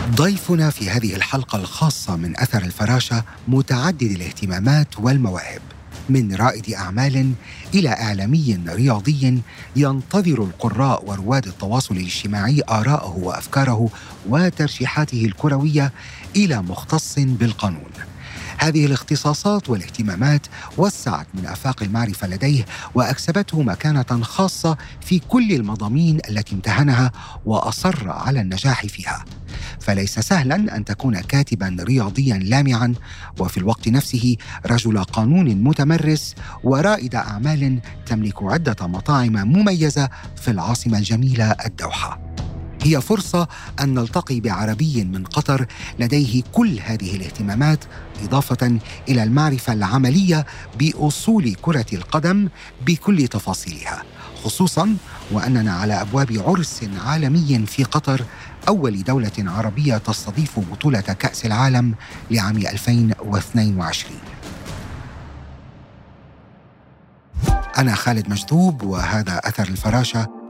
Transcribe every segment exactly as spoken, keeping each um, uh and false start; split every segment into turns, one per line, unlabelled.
ضيفنا في هذه الحلقة الخاصة من أثر الفراشة متعدد الاهتمامات والمواهب، من رائد أعمال إلى إعلامي رياضي ينتظر القراء ورواد التواصل الاجتماعي آراءه وأفكاره وترشيحاته الكروية، إلى مختص بالقانون. هذه الاختصاصات والاهتمامات وسعت من آفاق المعرفة لديه وأكسبته مكانة خاصة في كل المضامين التي امتهنها وأصر على النجاح فيها. فليس سهلاً أن تكون كاتباً رياضياً لامعاً وفي الوقت نفسه رجل قانون متمرس ورائد أعمال تملك عدة مطاعم مميزة في العاصمة الجميلة الدوحة. هي فرصة أن نلتقي بعربي من قطر لديه كل هذه الاهتمامات، إضافة إلى المعرفة العملية بأصول كرة القدم بكل تفاصيلها، خصوصاً وأننا على أبواب عرس عالمي في قطر، أول دولة عربية تستضيف بطولة كأس العالم لعام ألفين واثنين وعشرين. أنا خالد مجذوب وهذا أثر الفراشة.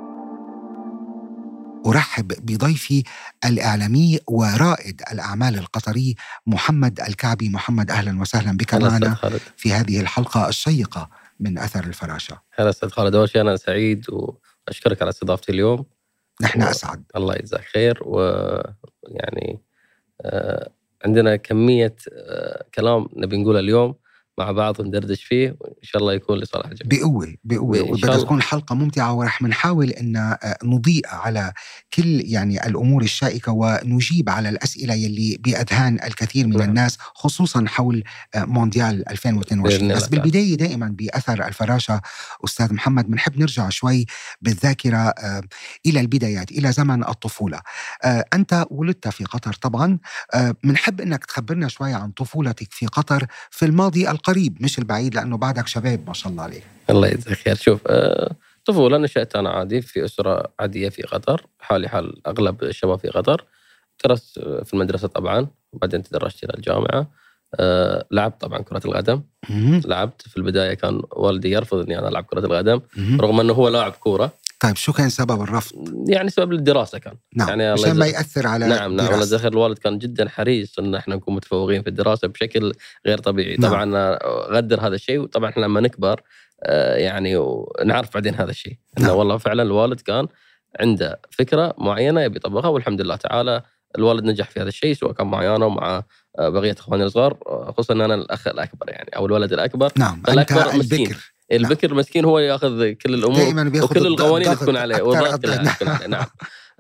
أرحب بضيفي الإعلامي ورائد الأعمال القطري محمد الكعبي. محمد، أهلا وسهلا بك معنا في هذه الحلقة الشيقة من أثر الفراشة.
هلا أستاذ خالد، أول شيء أنا سعيد وأشكرك على استضافتي اليوم.
نحن و... أسعد.
الله يجزاك خير. ويعني آه عندنا كمية آه كلام نبي نقوله اليوم مع بعض وندردش فيه، وإن شاء الله يكون لصالح الجميع.
بقوة بقوة وبدها تكون حلقة ممتعة، ورح نحاول أن نضيء على كل يعني الأمور الشائكة ونجيب على الأسئلة يلي بأذهان الكثير من الناس، خصوصا حول مونديال ألفين واثنين وعشرين. بس بالبداية دائما بأثر الفراشة أستاذ محمد بنحب نرجع شوي بالذاكرة إلى البدايات، إلى زمن الطفولة. أنت ولدت في قطر طبعا، بنحب أنك تخبرنا شوي عن طفولتك في قطر في الماضي القريب مش البعيد، لأنه بعدك شباب ما شاء الله عليك.
الله يجزاك خير. شوف، أه طفولة نشأت أنا عادي في أسرة عادية في قطر، حالي حال أغلب الشباب في قطر. درست في المدرسة طبعا، وبعدين تدرجت إلى الجامعة. أه لعبت طبعا كرة القدم. لعبت في البداية كان والدي يرفض أني أنا ألعب كرة القدم رغم أنه هو لاعب كورة.
طيب شو كان سبب الرفض؟
يعني سبب الدراسة كان.
نعم.
يعني
عشان ما يأثر على
نعم نعم الله يجزاه خير. الوالد كان جدا حريص ان احنا نكون متفوقين في الدراسة بشكل غير طبيعي. نعم. طبعا غدر هذا الشيء، وطبعا احنا لما نكبر يعني ونعرف بعدين هذا الشيء انه نعم. والله فعلا الوالد كان عنده فكرة معينة يبي يطبقها، والحمد لله تعالى الوالد نجح في هذا الشيء، سواء كان معي انا ومع بقية اخواني الصغار، خصوصا ان انا الاخ الاكبر يعني او الولد الاكبر.
نعم.
الأكبر البكر البكر نعم. مسكين هو ياخذ كل الامور وكل القوانين تكون عليه والضغط كلها تكون عليه. نعم.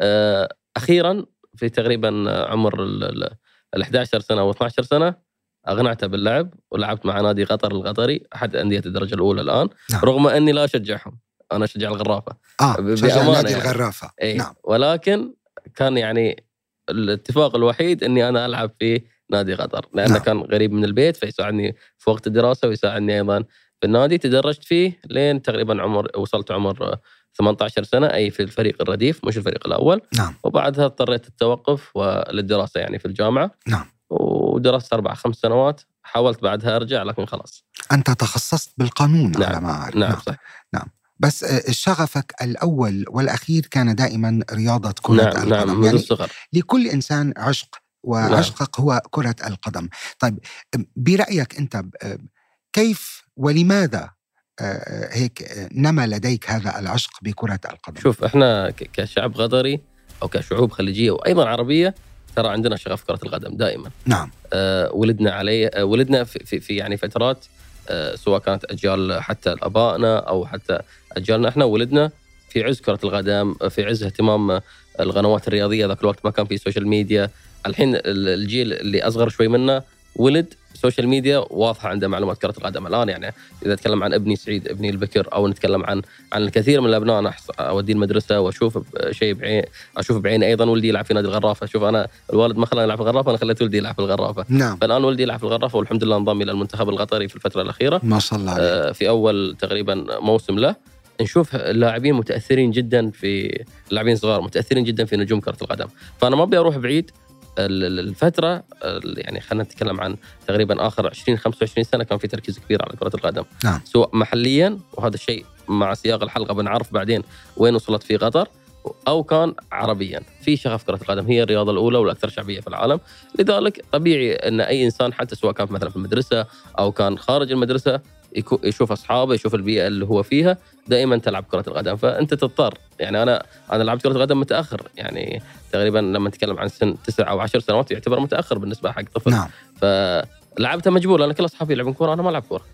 اخيرا في تقريبا عمر ال إحدى عشرة سنه او اثنتي عشرة سنه اغنعته باللعب، ولعبت مع نادي قطر القطري، احد انديه الدرجه الاولى الان. نعم. رغم اني لا اشجعهم، انا اشجع الغرافه.
اه شجع نادي
يعني.
الغرافه.
ايه.
نعم.
ولكن كان يعني الاتفاق الوحيد اني انا العب في نادي قطر، لانه نعم. كان قريب من البيت فيساعدني في وقت الدراسه ويساعدني ايضا في النادي. تدرجت فيه لين تقريبا عمر وصلت عمر ثمانية عشر سنة، أي في الفريق الرديف مش الفريق الأول.
نعم.
وبعدها اضطريت التوقف وللدراسة يعني في الجامعة.
نعم.
ودرست أربع خمس سنوات، حاولت بعدها أرجع لكن خلاص.
أنت تخصصت بالقانون.
نعم.
على ما أعرف.
نعم. نعم صح.
نعم. بس شغفك الأول والأخير كان دائما رياضة كرة
نعم.
القدم.
نعم. منذ
يعني
الصغر
لكل إنسان عشق، وعشقك نعم. هو كرة القدم. طيب برأيك أنت كيف ولماذا هيك نما لديك هذا العشق بكرة القدم؟
شوف، احنا كشعب قطري او كشعوب خليجيه وايضا عربيه ترى عندنا شغف كرة القدم دائما.
نعم.
آه ولدنا عليه. آه ولدنا في, في, في يعني فترات، آه سواء كانت اجيال حتى ابائنا او حتى اجيالنا، احنا ولدنا في عز كرة القدم، في عز اهتمام القنوات الرياضيه. ذاك الوقت ما كان في سوشيال ميديا. الحين الجيل اللي اصغر شوي منا ولد سوشيال ميديا واضحة عنده معلومات كرة القدم الآن. يعني إذا أتكلم عن ابني سعيد ابني البكر، أو نتكلم عن عن الكثير من الأبناء، أنا أوديه المدرسة وأشوف شيء بعين، أشوف بعين أيضا ولدي يلعب في نادي الغرافة. شوف أنا الوالد ما خلاني ألعب في الغرافة، أنا خليت ولدي يلعب في الغرافة.
نعم.
فالآن ولدي يلعب في الغرافة والحمد لله انضم إلى المنتخب القطري في الفترة الأخيرة
ما شاء الله.
آه في أول تقريبا موسم له. نشوف اللاعبين متأثرين جدا في اللاعبين صغار متأثرين جدا في نجوم كرة القدم. فأنا ما أبي أروح بعيد. الفترة يعني خلينا نتكلم عن تقريبا آخر عشرين خمسة وعشرين سنة كان في تركيز كبير على كرة القدم.
نعم.
سواء محليا، وهذا الشيء مع سياق الحلقة بنعرف بعدين وين وصلت في قطر، أو كان عربيا في شغف كرة القدم، هي الرياضة الأولى والأكثر شعبية في العالم. لذلك طبيعي أن أي إنسان حتى سواء كان مثلا في المدرسة أو كان خارج المدرسة يشوف أصحابه، يشوف البيئة اللي هو فيها، دائما تلعب كرة القدم. فأنت تضطر يعني أنا أنا لعبت كرة القدم متأخر، يعني تقريبا لما نتكلم عن سن تسع أو عشر سنوات يعتبر متأخر بالنسبة حق طفل.
نعم.
فلعبتها مجبور، أنا كل أصحابي يلعبون كرة أنا ما ألعب كرة.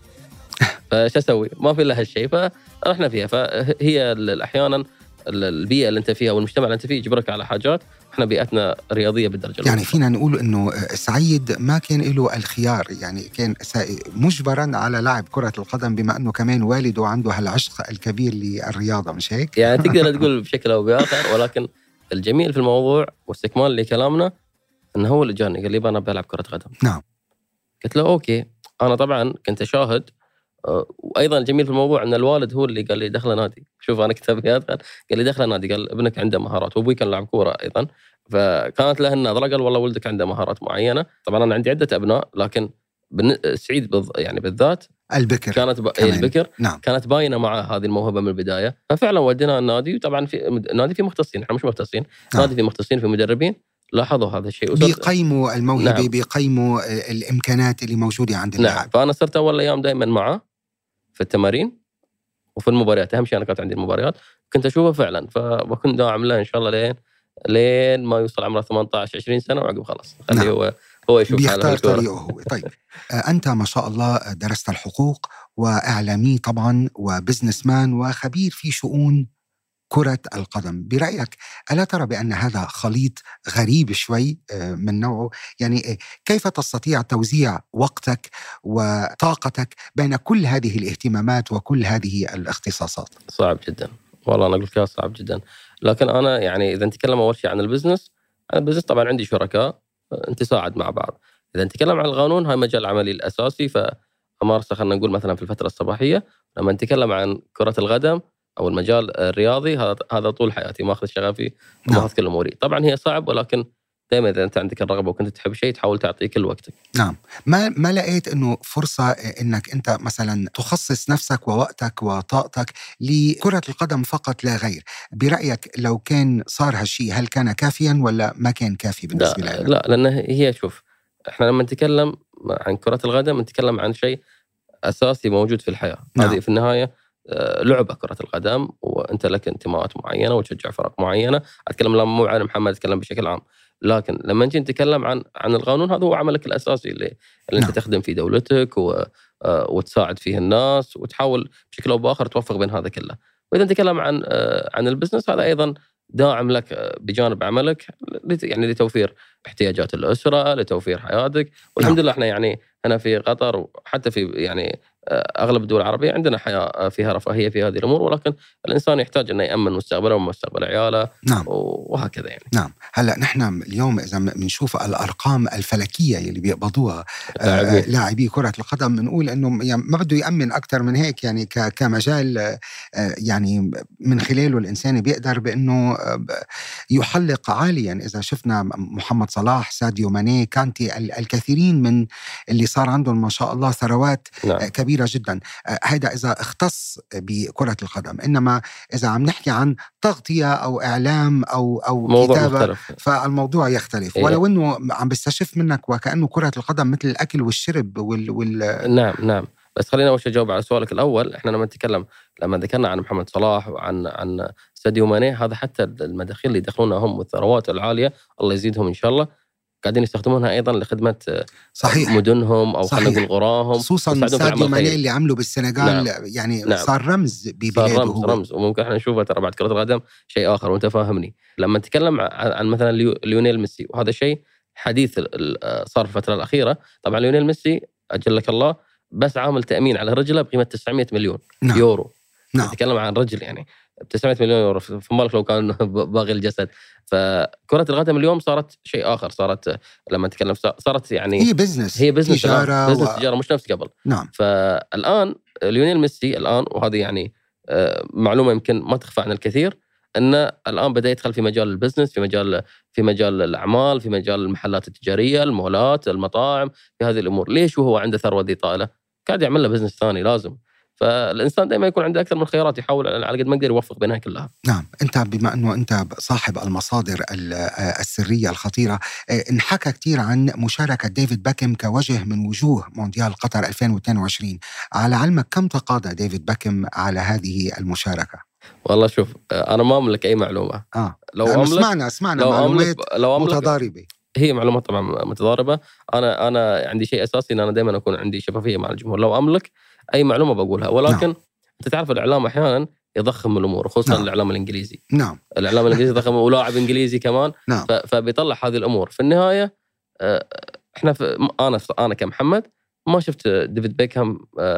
فش أسوي؟ ما في إلا هالشيء، فرحنا فيها. فهي أحيانا البيئة اللي أنت فيها والمجتمع اللي أنت فيه يجبرك على حاجات. إحنا بيئتنا رياضية بالدرجة الأولى.
يعني فينا نقول إنه سعيد ما كان له الخيار، يعني كان مجبرا على لعب كرة القدم بما أنه كمان والده عنده هالعشق الكبير للرياضة، مش هيك؟
يعني تقدر تقول بشكل أو بآخر. ولكن الجميل في الموضوع واستكمال لكلامنا إنه هو اللي جاني قال لي أنا بلعب كرة قدم.
نعم.
قلت له أوكي. أنا طبعا كنت أشاهد، وايضا الجميل في الموضوع ان الوالد هو اللي قال لي دخل نادي. شوف انا كتابيات، قال لي دخل نادي، قال ابنك عنده مهارات، وابوي كان لاعب كوره ايضا، فكانت له النظره، قال والله ولدك عنده مهارات معينه. طبعا انا عندي عده ابناء، لكن سعيد بض... يعني بالذات
البكر
كانت ب... البكر
نعم.
كانت باينه معه هذه الموهبه من البدايه. ففعلا ودينا النادي، وطبعا في نادي فيه مختصين، احنا مش مختصين. نعم. نادي فيه مختصين، في مدربين لاحظوا هذا الشيء،
بيقيموا الموهبه. نعم. بيقيموا الامكانات اللي موجوده عند اللاعب.
نعم. فانا صرت اول ايام دائما معه في التمارين وفي المباريات. أهم شيء أنا كانت عندي المباريات كنت أشوفه فعلا، فبكون داعم له إن شاء الله لين لين ما يوصل عمره ثمانية عشر عشرين سنة، وعقب خلاص خليه. نعم. هو هو يشوف
بيختار طريقه هو. طيب أنت ما شاء الله درست الحقوق وإعلامي طبعا وبزنس مان وخبير في شؤون كرة القدم. برأيك ألا ترى بأن هذا خليط غريب شوي من نوعه؟ يعني كيف تستطيع توزيع وقتك وطاقتك بين كل هذه الاهتمامات وكل هذه الاختصاصات؟
صعب جدا والله، أنا أقول لك صعب جدا. لكن أنا يعني إذا نتكلم أول شيء عن البزنس، أنا البزنس طبعا عندي شركاء نتساعد مع بعض. إذا نتكلم عن القانون، هاي مجال عملي الأساسي، فأمارسه خلينا نقول مثلا في الفترة الصباحية. لما نتكلم عن كرة القدم أو المجال الرياضي، هذا هذا طول حياتي ماخذ شغفي وماخذ كل أموري. طبعا هي صعب، ولكن دائما إذا أنت عندك الرغبة وكنت تحب شيء تحاول تعطيه كل وقتك.
نعم. ما ما لقيت إنه فرصة إنك أنت مثلا تخصص نفسك ووقتك وطاقتك لكرة القدم فقط لا غير؟ برأيك لو كان صار هالشيء هل كان كافيا ولا ما كان كافي بالنسبة
لا
لك؟
لا، لأن هي شوف، إحنا لما نتكلم عن كرة القدم نتكلم عن شيء أساسي موجود في الحياة. نعم. هذه في النهاية لعبة كرة القدم، وأنت لك انتماءات معينة وتشجع فرق معينة. أتكلم لما مو عن محمد، أتكلم بشكل عام. لكن لما نجي نتكلم عن عن القانون، هذا هو عملك الأساسي اللي, اللي نعم. أنت تخدم في دولتك و... وتساعد فيه الناس، وتحاول بشكل أو بآخر توفق بين هذا كله. وإذا نتكلم عن عن البزنس، هذا أيضا داعم لك بجانب عملك، يعني لتوفير احتياجات الأسرة، لتوفير حياتك. والحمد لله احنا يعني هنا في قطر وحتى في يعني أغلب الدول العربية عندنا حياة فيها رفاهية في هذه الأمور، ولكن الإنسان يحتاج أنه يأمن مستقبله ومستقبل عياله.
نعم.
وهكذا يعني.
نعم. هلأ نحن اليوم إذا بنشوف الأرقام الفلكية اللي بيقبضوها لاعبي كرة القدم، بنقول إنه يعني ما بده يأمن أكثر من هيك، يعني كمجال يعني من خلاله الإنسان بيقدر بأنه يحلق عاليا. إذا شفنا محمد صلاح، ساديو ماني، كانتي، الكثيرين من اللي صار عندهم ما شاء الله ثروات نعم. كبيرة جدا. هذا إذا اختص بكرة القدم. إنما إذا عم نحكي عن تغطية أو إعلام أو أو كتابة مختلف. فالموضوع يختلف. إيه. ولو إنه عم بستشف منك وكأنه كرة القدم مثل الأكل والشرب وال, وال...
نعم نعم. بس خلينا أول شيء أجاوب على سؤالك الأول. إحنا لما نتكلم لما ذكرنا عن محمد صلاح وعن عن ساديو ماني، هذا حتى المداخيل اللي يدخلونها هم والثروات العالية الله يزيدهم إن شاء الله، قاعدين يستخدمونها أيضا لخدمة صحيح. مدنهم أو خلينا نقول قراهم،
خصوصا ساديو ماني اللي عملوا بالسنغال. نعم. يعني نعم. صار رمز ببلاده،
صار رمز, رمز وممكن احنا نشوفه ترى بعد كرة القدم شيء آخر. وانت فاهمني لما نتكلم عن مثلا ليونيل ميسي، وهذا شيء حديث صار في الفترة الأخيرة. طبعا ليونيل ميسي أجلك الله بس عامل تأمين على رجله بقيمة تسعمائة مليون نعم. يورو. نعم. نتكلم عن رجل يعني تسعمائة مليون يورو، في بالك لو كان باغي الجسد. فكرة القدم اليوم صارت شيء آخر، صارت لما نتكلم صارت يعني
هي بزنس،
هي بزنس
تجارة،
بزنس
و...
تجارة مش نفس قبل.
نعم.
فالآن ليونيل ميسي الآن، وهذه يعني معلومة يمكن ما تخفى عن الكثير، أنه الآن بدأ يدخل في مجال البزنس، في مجال في مجال الأعمال، في مجال المحلات التجارية، المولات، المطاعم، في هذه الأمور. ليش وهو عنده ثروة دي طائلة؟ قاعد يعمل له بزنس ثاني لازم. فالإنسان دائما يكون عنده أكثر من خيارات، يحاول على قد ما يقدر يوفق بينها كلها.
نعم. أنت بما أنه أنت صاحب المصادر السرية الخطيرة، انحكى كثير عن مشاركة ديفيد باكم كوجه من وجوه مونديال قطر ألفين واثنين وعشرين. على علمك كم تقاضى ديفيد باكم على هذه المشاركة؟
والله شوف، أنا ما أملك أي معلومة.
آه. لو أملك سمعنا سمعنا لو معلومات لو أملك متضاربة.
هي معلومات طبعا متضاربة. أنا أنا عندي شيء أساسي إن أنا دائما أكون عندي شفافية مع الجمهور. لو أملك أي معلومة بقولها، ولكن نعم. أنت تعرف الإعلام أحيانا يضخم الأمور، خصوصا نعم. الإعلام الإنجليزي.
نعم.
الإعلام الإنجليزي ضخم، ولاعب إنجليزي كمان.
نعم.
فبيطلع هذه الأمور. في النهاية إحنا في أنا أنا كمحمد ما شفت ديفيد بيكهام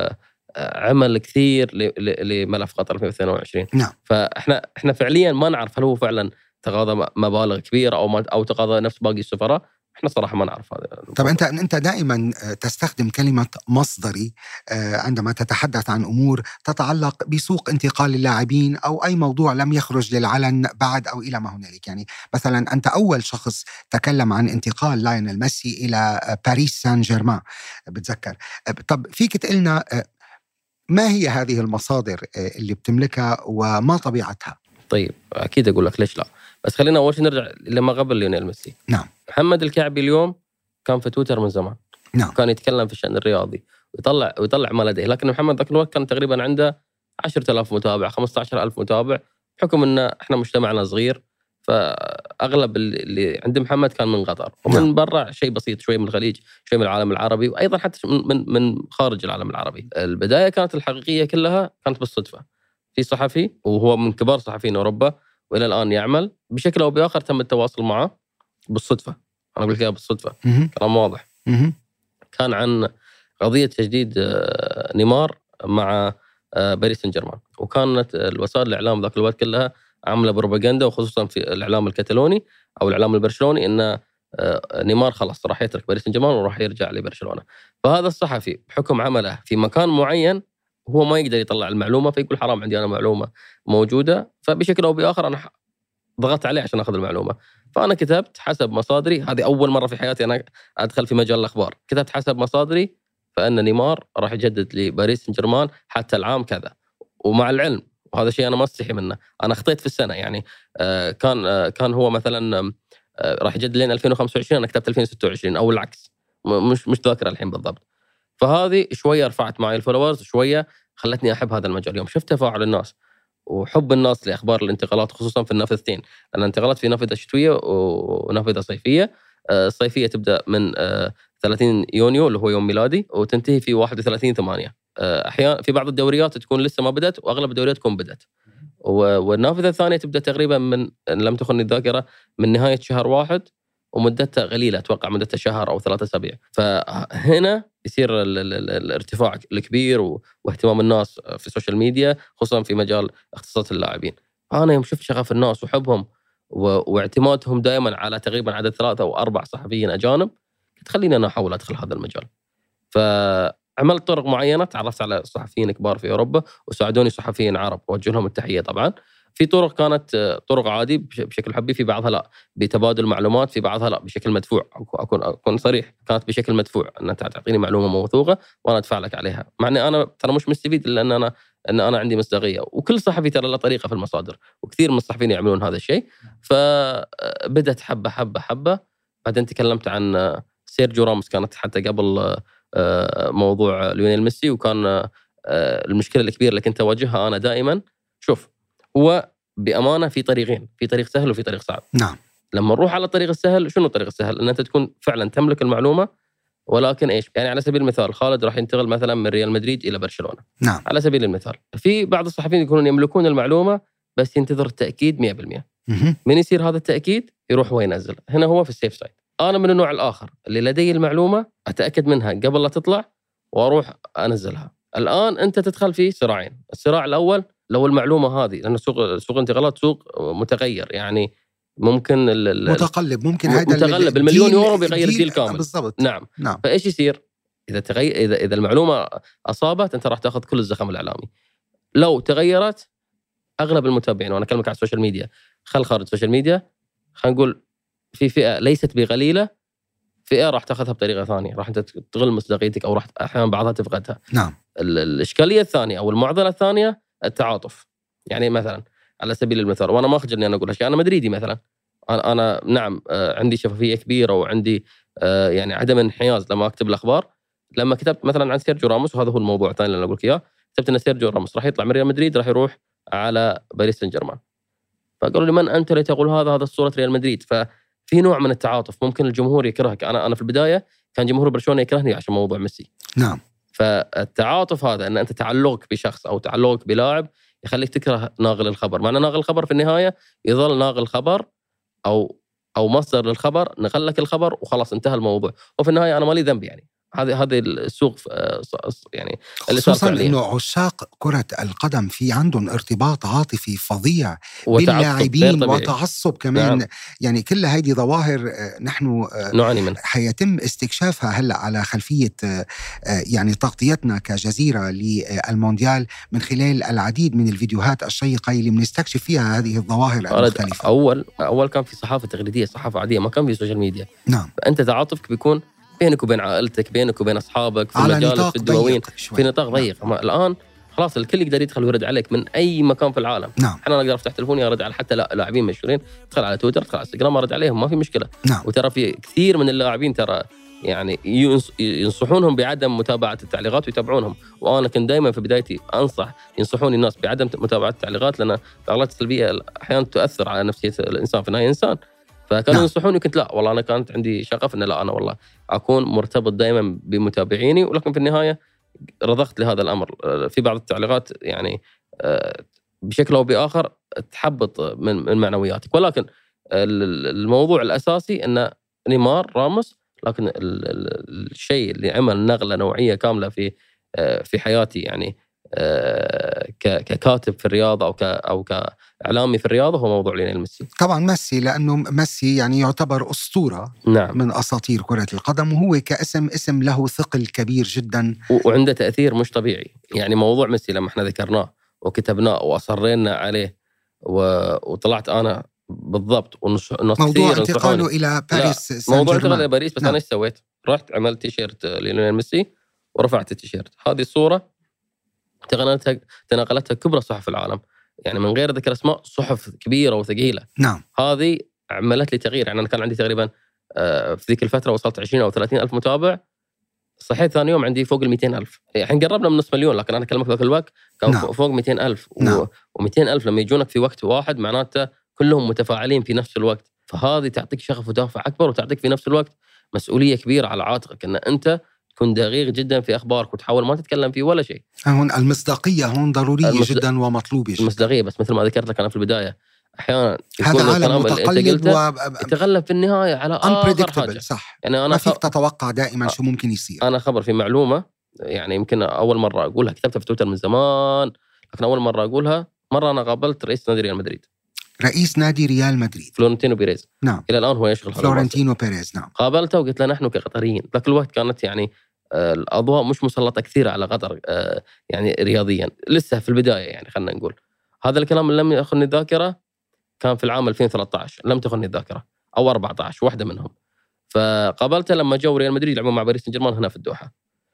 عمل كثير لملف قطر ألفين واثنين وعشرين.
نعم.
فإحنا إحنا فعليا ما نعرف هل هو فعلا تقاضى مبالغ كبيرة أو أو تقاضى نفس باقي السفراء. احنا صراحه ما نعرف هذا.
طب انت انت دائما تستخدم كلمه مصدري عندما تتحدث عن امور تتعلق بسوق انتقال اللاعبين او اي موضوع لم يخرج للعلن بعد او الى ما هنالك. يعني مثلا انت اول شخص تكلم عن انتقال لايونيل ميسي الى باريس سان جيرمان بتذكر. طب فيك تقلنا ما هي هذه المصادر اللي بتملكها وما طبيعتها؟
طيب اكيد اقول لك ليش لا، بس خلينا اول شيء نرجع لما قبل ليونيل ميسي.
نعم.
محمد الكعبي اليوم كان في تويتر من زمان.
نعم.
كان يتكلم في الشأن الرياضي ويطلع ويطلع ما لديه، لكن محمد ذاك الوقت كان تقريبا عنده عشرة آلاف متابع، خمسة عشر ألف متابع، بحكم ان احنا مجتمعنا صغير، فاغلب اللي عند محمد كان من قطر ومن نعم. برا شيء بسيط، شوي من الخليج، شوي من العالم العربي، وايضا حتى من من خارج العالم العربي. البدايه كانت الحقيقيه كلها كانت بالصدفه. في صحفي وهو من كبار صحفيين اوروبا والى الان يعمل بشكل او باخر، تم التواصل معه بالصدفه. انا اقول لك اياها بالصدفه، كلام واضح. كان عن قضيه تجديد نيمار مع باريس سان جيرمان، وكانت الوسائل الاعلام ذاك الوقت كلها عامله بروباغندا، وخصوصا في الاعلام الكتالوني او الاعلام البرشلوني، ان نيمار خلاص راح يترك باريس سان جيرمان وراح يرجع لبرشلونه. فهذا الصحفي بحكم عمله في مكان معين هو ما يقدر يطلع المعلومه، فيقول حرام عندي انا معلومه موجوده، فبشكل او باخر انا ضغطت عليه عشان اخذ المعلومه. فانا كتبت حسب مصادري، هذه اول مره في حياتي انا ادخل في مجال الاخبار، كتبت حسب مصادري فان نيمار راح يجدد لباريس سان جيرمان حتى العام كذا. ومع العلم، وهذا شيء انا ما استحي منه، انا اخطيت في السنه. يعني كان كان هو مثلا راح يجدد لين ألفين وخمسة وعشرين، انا كتبت ألفين وستة وعشرين او العكس، مش مش ذاكر الحين بالضبط. فهذه شويه رفعت معي الفولورز، شويه خلتني احب هذا المجال. يوم شفت تفاعل الناس وحب الناس لاخبار الانتقالات، خصوصا في النافذتين، لان الانتقالات في نافذه شتويه ونافذه صيفيه. الصيفيه تبدا من ثلاثين يونيو اللي هو يوم ميلادي، وتنتهي في واحد وثلاثين ثمانية. احيانا في بعض الدوريات تكون لسه ما بدت، واغلب الدوريات تكون بدت. والنافذه الثانيه تبدا تقريبا من، ان لم تخني الذاكره، من نهايه شهر واحد، ومدتها قليله، اتوقع مدتها شهر او ثلاثة اسابيع. فهنا يصير الارتفاع الكبير واهتمام الناس في السوشيال ميديا، خصوصا في مجال اختصاصات اللاعبين. انا يوم شفت شغف الناس وحبهم واعتمادهم دائما على تقريبا عدد ثلاثة او اربع صحفيين اجانب، تخليني انا احاول ادخل هذا المجال. فعملت طرق معينه، تعرفت على صحفيين كبار في اوروبا وساعدوني صحفيين عرب، اوجه لهم التحيه. طبعا في طرق كانت طرق عادي بشكل حبي، في بعضها لا بتبادل معلومات، في بعضها لا بشكل مدفوع. اكون اكون صريح، كانت بشكل مدفوع، ان انت تعطيني معلومه موثوقه وانا ادفع لك عليها، مع اني انا ترى مش مستفيد، لان انا ان انا عندي مصداقيه. وكل صحفي ترى له طريقه في المصادر، وكثير من الصحفيين يعملون هذا الشيء. فبدت حبه حبه حبه. بعدين تكلمت عن سيرجيو راموس، كانت حتى قبل موضوع ليونيل ميسي، وكان المشكله الكبيره اللي كنت اواجهها انا دائما، شوف هو بأمانة في طريقين، في طريق سهل وفي طريق صعب.
نعم.
لما نروح على الطريق السهل، شنو الطريق السهل؟ ان انت تكون فعلا تملك المعلومه، ولكن ايش؟ يعني على سبيل المثال خالد راح ينتقل مثلا من ريال مدريد الى برشلونه.
نعم.
على سبيل المثال، في بعض الصحفيين يكونون يملكون المعلومه بس ينتظر التاكيد مئة بالمئة. من يصير هذا التاكيد يروح هو ينزل. هنا هو في السيف سايد. انا من النوع الاخر اللي لدي المعلومه اتاكد منها قبل لا تطلع واروح انزلها. الان انت تدخل في صراعين. الصراع الاول لو المعلومه هذه، لأن سوق سوق الانتقالات سوق متغير، يعني ممكن
متقلب، ممكن هذا
متقلب المليون يورو بيغير الديل كامل.
بالضبط.
نعم.
نعم.
فايش يصير اذا تغير؟ اذا اذا المعلومه اصابت، انت راح تاخذ كل الزخم الاعلامي. لو تغيرت، اغلب المتابعين، وانا اكلمك على السوشيال ميديا، خل خارج السوشيال ميديا، خلينا نقول في فئه ليست بقليله فئة راح تاخذها بطريقة ثانية، راح أنت تغل مصداقيتك أو راح أحيانا بعضها تفقدها.
نعم.
الإشكالية الثانية أو المعضلة الثانية التعاطف. يعني مثلا على سبيل المثال، وأنا ما أخجل إني أنا أقول هالشيء، أنا مدريدي مثلا، أنا, أنا نعم عندي شفافية كبيرة وعندي يعني عدم انحياز لما أكتب الأخبار. لما كتبت مثلا عن سيرجيو راموس، وهذا هو الموضوع الثاني اللي أنا أقول لك إياه، كتبت إن سيرجيو راموس راح يطلع من ريال مدريد راح يروح على باريس سان جيرمان، فقالوا لي من أنت لتقول هذا هذا صورة ريال مدريد. ففي نوع من التعاطف، ممكن الجمهور يكرهك. أنا أنا في البداية كان جمهور برشلونة يكرهني عشان موضوع ميسي.
نعم.
فالتعاطف هذا أن أنت تعلقك بشخص أو تعلقك بلاعب يخليك تكره ناقل الخبر، معنى ناقل الخبر في النهاية يظل ناقل الخبر أو أو مصدر للخبر، نقل لك الخبر وخلاص انتهى الموضوع، وفي النهاية أنا مالي ذنب. يعني هذه هذه السوق يعني
خصوصا انه عشاق كرة القدم في عندهم ارتباط عاطفي فظيع باللاعبين وتعصب كمان. نعم. يعني كل هذه ظواهر نحن
نعاني منها،
حيتم استكشافها هلا على خلفية يعني تغطيتنا كجزيرة للمونديال من خلال العديد من الفيديوهات الشيقة اللي بنستكشف فيها هذه الظواهر المختلفة.
اول اول كان في صحافة تقليدية، صحافة عادية، ما كان في سوشيال ميديا.
نعم.
فانت تعاطفك بيكون بينك وبين عائلتك، بينك وبين أصحابك، في المجالس، في الدواوين، في نطاق ضيق. نعم. الآن خلاص الكل يقدر يدخل ويرد عليك من أي مكان في العالم.
نعم.
أنا أقدر أفتح تلفوني أرد على حتى لاعبين مشهورين، أدخل على تويتر، أدخل على انستغرام، أرد عليهم، ما في مشكلة.
نعم.
وترى في كثير من اللاعبين ترى يعني ينصحونهم بعدم متابعة التعليقات ويتابعونهم، وأنا كنت دائما في بدايتي أنصح ينصحوني الناس بعدم متابعة التعليقات، لأن التعليقات السلبية أحيانا تؤثر على نفسية الإنسان، في النهاية إنسان. فكانوا نعم. ينصحوني، كنت لا والله أنا كانت عندي شغف إن لا أنا والله أكون مرتبط دائما بمتابعيني، ولكن في النهاية رضخت لهذا الأمر. في بعض التعليقات يعني بشكل أو بآخر تحبط من معنوياتك، ولكن الموضوع الأساسي أن نيمار راموس، لكن الشيء اللي عمل نقلة نوعية كاملة في في حياتي يعني ككاتب في الرياضة أو ك أو كإعلامي في الرياضة هو موضوع ليونيل ميسي.
طبعا ميسي، لأنه ميسي يعني يعتبر أسطورة. نعم. من أساطير كرة القدم، وهو كاسم اسم له ثقل كبير جدا
وعنده تأثير مش طبيعي. يعني موضوع ميسي لما احنا ذكرناه وكتبناه وأصرينا عليه وطلعت أنا بالضبط
موضوع انتقاله إلى باريس سان جيرمان.
موضوع انتقاله إلى باريس، بس نعم. أنا إيش سويت؟ رحت عملت تيشيرت ليونيل ميسي ورفعت التيشيرت. هذه الصورة تناقلتها تناقلتها كبرى صحف العالم، يعني من غير ذكر اسماء، صحف كبيرة وثقيلة.
نعم.
هذه عملت لي تغيير. يعني أنا كان عندي تقريبا في ذيك الفترة وصلت عشرين أو ثلاثين ألف متابع، صحيح ثاني يوم عندي فوق المئتين ألف. يعني قربنا من نصف مليون، لكن أنا أكلمك ذاك الوقت كان نعم. فوق مئتين ألف.
نعم.
ومئتين ألف لما يجونك في وقت واحد معناته كلهم متفاعلين في نفس الوقت، فهذه تعطيك شغف ودافع أكبر، وتعطيك في نفس الوقت مسؤولية كبيرة على عاتقك أن أنت تكون دقيق جدا في أخبارك وتحاول ما تتكلم في ولا شيء.
هون المصداقية هون ضرورية المصد... جدا ومطلوبة جدا.
المصداقية، بس مثل ما ذكرت لك أنا في البداية أحيانا
هذا عالم متقلب و...
يتغلب في النهاية على آخر حاجة.
صح. يعني أنا ما فيك خ... تتوقع دائما شو ممكن يصير.
أنا خبر في معلومة يعني يمكن أول مرة أقولها، كتبتها في تويتر من زمان، لكن أول مرة أقولها. مرة أنا قابلت رئيس نادي ريال مدريد
رئيس نادي ريال مدريد
فلورنتينو بيريز.
نعم.
إلى الآن هو يشغل
فلورنتينو بيريز. نعم.
قابلته وقلت له نحن كقطريين، ذاك الوقت كانت يعني الأضواء مش مسلطة كثير على قطر يعني رياضيا، لسه في البداية. يعني خلنا نقول هذا الكلام لم يأخذني الذاكرة، كان في العام ألفين وثلاثة عشر لم تأخذني الذاكرة، أو أربعة عشر واحدة منهم. فقابلته لما جو ريال مدريد يلعبون مع باريس سان جيرمان هنا في الدوحة،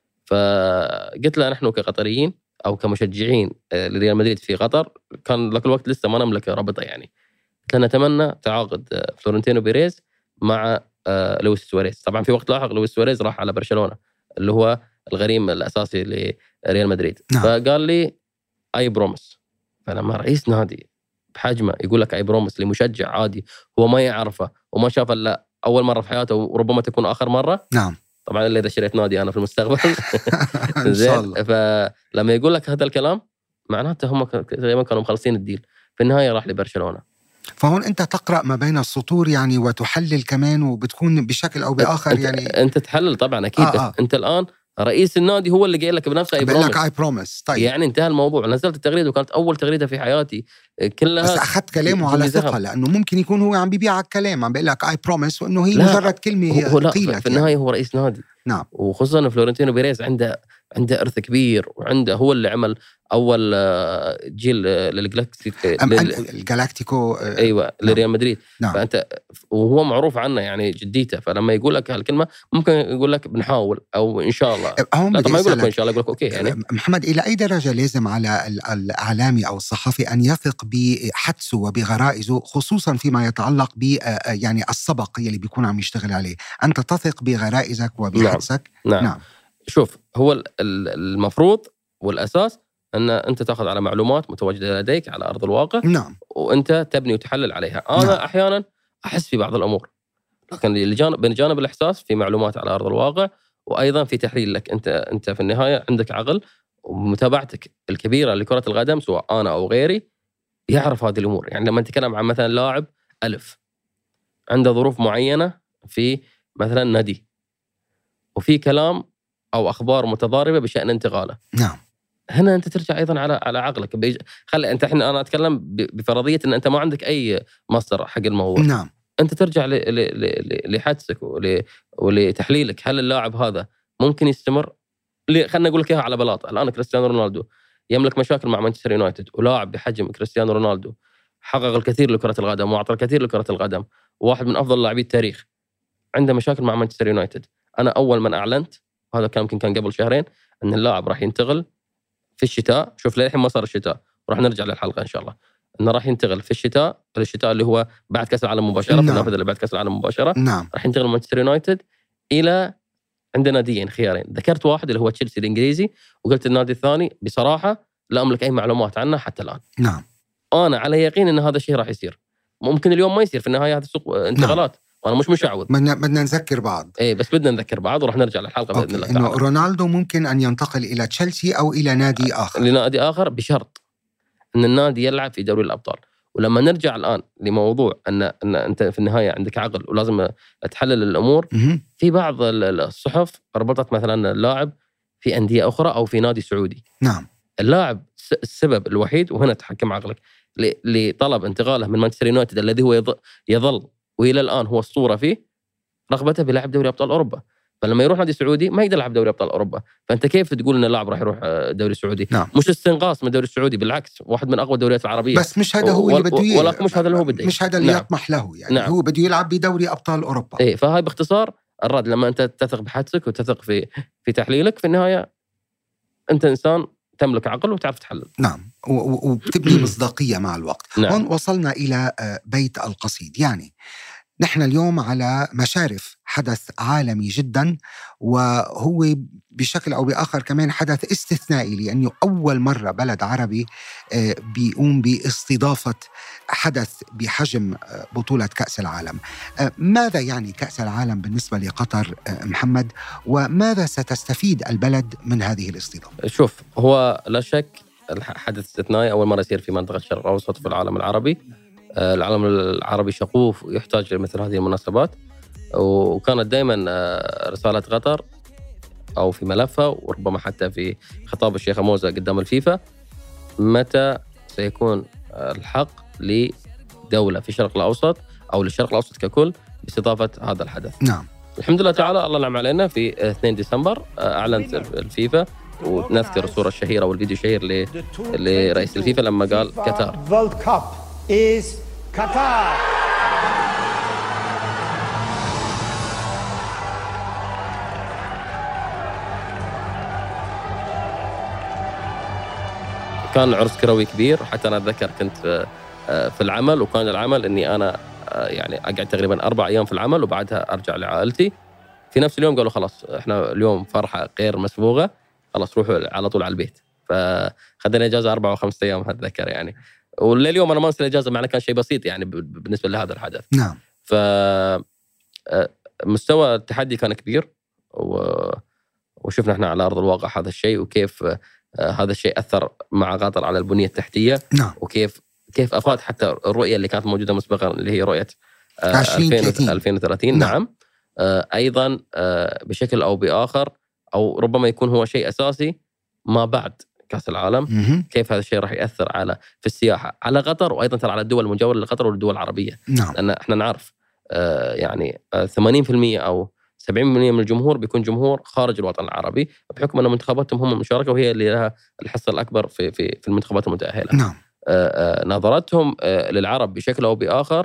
فقلت له نحن كقطريين أو كمشجعين لريال مدريد في قطر، كان ذاك الوقت لسه ما نملك رابطة، يعني قلت له نتمنى تعاقد فلورنتينو بيريز مع لويس سواريز. طبعا في وقت لاحق لويس سواريز راح على برشلونة اللي هو الغريم الأساسي لريال مدريد. نعم. فقال لي أي برومس. فلما رئيس نادي بحجمه يقول لك أي برومس لمشجع عادي هو ما يعرفه وما شاف إلا أول مرة في حياته وربما تكون آخر مرة.
نعم.
طبعا اللي إذا شريت نادي أنا في المستقبل إن شاء الله. فلما يقول لك هذا الكلام معناته هم تقريبا كانوا مخلصين الديل، في النهاية راح لبرشلونة.
فهون أنت تقرأ ما بين السطور يعني وتحلل كمان، وبتكون بشكل أو بآخر يعني
أنت تحلل طبعا أكيد. آه آه. أنت الآن رئيس النادي هو اللي قايل لك بنفسه أي بروميس.
أي بروميس. طيب.
يعني انتهى الموضوع. نزلت التغريدة وكانت أول تغريدة في حياتي كلها،
بس أخذت كلامه على ثقة، لأنه ممكن يكون هو عم بيبيعك كلام، عم بيقول لك أي بروميس وإنه هي مجرد كلمة
هو لا. في النهاية هو رئيس نادي.
نعم.
وخصوصا فلورنتينو بيريز عنده عنده إرث كبير، وعنده هو اللي عمل أول جيل
للجالاكتيكو
أيوة لريال مدريد.
نعم.
فأنت وهو معروف عنه يعني جديته، فلما يقول لك هالكلمة ممكن يقول لك بنحاول أو إن شاء الله، لا طبعا يقول لك إن شاء الله، يقول لك أوكي. يعني
محمد، إلى أي درجة لازم على الإعلامي أو الصحفي أن يثق بحدسه وبغرائزه، خصوصا فيما يتعلق ب يعني السبق اللي بيكون عم يشتغل عليه؟ أنت تثق بغرائزك وبحدسك؟
نعم. نعم. نعم. شوف، هو المفروض والأساس أن أنت تأخذ على معلومات متواجدة لديك على أرض الواقع.
نعم.
وأنت تبني وتحلل عليها. أنا نعم. أحيانا أحس في بعض الأمور، لكن بين جانب الإحساس في معلومات على أرض الواقع، وأيضا في تحليل لك. أنت أنت في النهاية عندك عقل، ومتابعتك الكبيرة لكرة القدم سواء أنا أو غيري يعرف هذه الأمور. يعني لما نتكلم عن مثلا لاعب ألف عنده ظروف معينة في مثلا نادي، وفي كلام أو أخبار متضاربة بشأن انتقاله.
نعم.
هنا أنت ترجع أيضا على على عقلك. بيج... خلي أنت الحين أنا أتكلم بفرضية أن أنت ما عندك أي مصدر حق الموضوع.
نعم.
أنت ترجع ل... ل... ل... لحدسك ول... ولتحليلك. هل اللاعب هذا ممكن يستمر؟ ل... خلنا نقول لك إياها على بلاطة. الآن كريستيانو رونالدو يملك مشاكل مع مانشستر يونايتد، ولاعب بحجم كريستيانو رونالدو حقق الكثير لكرة القدم وأعطى الكثير لكرة القدم، وواحد من أفضل لاعبي التاريخ، عنده مشاكل مع مانشستر يونايتد. أنا أول من أعلنت، وهذا كان يمكن كان قبل شهرين، أن اللاعب راح ينتقل في الشتاء. شوف للحين ما صار الشتاء، وراح نرجع للحلقة إن شاء الله، أنه راح ينتقل في الشتاء، الشتاء اللي هو بعد كأس العالم مباشرة. نعم. في النافذة اللي بعد كأس العالم مباشرة.
نعم.
راح ينتقل مانشستر يونايتد إلى عندنا ناديين خيارين. ذكرت واحد اللي هو تشيلسي الإنجليزي، وقلت النادي الثاني بصراحة لا أملك أي معلومات عنه حتى الآن.
نعم.
أنا على يقين أن هذا الشيء راح يصير. ممكن اليوم ما يصير، في النهاية هذا سوق انتقالات. نعم. وأنا مش مشعوذ.
بدنا بدنا نذكر بعض.
إيه بس بدنا نذكر بعض، وراح نرجع للحلقة بإذن الله
تعالى. إنه رونالدو ممكن أن ينتقل إلى تشيلسي أو إلى نادي آخر.
لنادي آخر بشرط أن النادي يلعب في دوري الأبطال. ولما نرجع الآن لموضوع أن أن أنت في النهاية عندك عقل ولازم تحلل الأمور.
م-
في بعض الصحف ربطت مثلا اللاعب في أندية أخرى أو في نادي سعودي.
نعم.
اللاعب السبب الوحيد، وهنا تحكم عقلك، لطلب انتقاله من مانشستر يونايتد الذي هو يظل وإلى الآن هو الصورة فيه، رغبته بلعب دوري أبطال أوروبا. فلما يروح نادي سعودي ما يقدر يلعب دوري أبطال أوروبا. فأنت كيف تقول أن اللاعب راح يروح دوري سعودي؟
نعم.
مش استنقاص من الدوري السعودي، بالعكس واحد من أقوى الدوريات العربية،
بس مش هذا هو اللي بده،
ولا مش هذا اللي هو بده،
مش هذا اللي نعم. يطمح له يعني. نعم. هو بده يلعب بدوري أبطال أوروبا.
إيه، فهاي باختصار الرد. لما أنت تثق بحدسك وتثق في في تحليلك، في النهاية أنت إنسان تملك عقل وتعرف تحلل.
نعم. وبتبني مصداقية مع الوقت.
نعم.
هون وصلنا إلى بيت القصيد. يعني نحن اليوم على مشارف حدث عالمي جدا، وهو بشكل أو بآخر كمان حدث استثنائي، لأنه أول مرة بلد عربي بيقوم باستضافة حدث بحجم بطولة كأس العالم. ماذا يعني كأس العالم بالنسبة لقطر محمد، وماذا ستستفيد البلد من هذه الاستضافة؟
شوف، هو لا شك الحدث استثنائي، أول مرة يصير في منطقة الشرق الأوسط في العالم العربي. العالم العربي شغوف ويحتاج مثل هذه المناسبات، وكانت دائما رسالة قطر أو في ملفها، وربما حتى في خطاب الشيخ موزة قدام الفيفا، متى سيكون الحق لدولة في الشرق الأوسط أو للشرق الأوسط ككل باستضافة هذا الحدث.
نعم.
الحمد لله تعالى، الله نعم علينا. في اثنين ديسمبر أعلنت الفيفا، ونذكر الصورة الشهيرة والفيديو الشهير لرئيس الفيفا لما قال قطر
is Qatar.
كان عرس كروي كبير، حتى أنا أتذكر كنت في العمل، وكان العمل أني أنا يعني أقعد تقريبا أربع أيام في العمل وبعدها أرجع لعائلتي. في نفس اليوم قالوا خلاص إحنا اليوم فرحة غير مسبوقة، خلاص روحوا على طول على البيت. فخذنا إجازة أربع وخمسة أيام أتذكر يعني. ولليوم أنا ما أنسى الإجازة، معنا كان شيء بسيط يعني بالنسبة لهذا الحدث.
نعم.
فمستوى التحدي كان كبير، وشفنا إحنا على أرض الواقع هذا الشيء، وكيف هذا الشيء أثر مع قطر على البنية التحتية.
نعم.
وكيف كيف أفاد حتى الرؤية اللي كانت موجودة مسبقا اللي هي رؤية ألفين وثلاثين. نعم. نعم. أيضا بشكل أو بآخر، أو ربما يكون هو شيء أساسي ما بعد كأس العالم.
م-
كيف هذا الشيء راح يأثر على في السياحة على قطر، وأيضا ترى على الدول المجاورة لقطر والدول العربية.
نعم.
لأن إحنا نعرف يعني ثمانين بالمئة أو سبعين بالمئة من الجمهور بيكون جمهور خارج الوطن العربي، بحكم أن منتخباتهم هم المشاركة وهي اللي لها الحصة الأكبر في في في المنتخبات المتأهلة.
نعم.
نظرتهم للعرب بشكل أو بآخر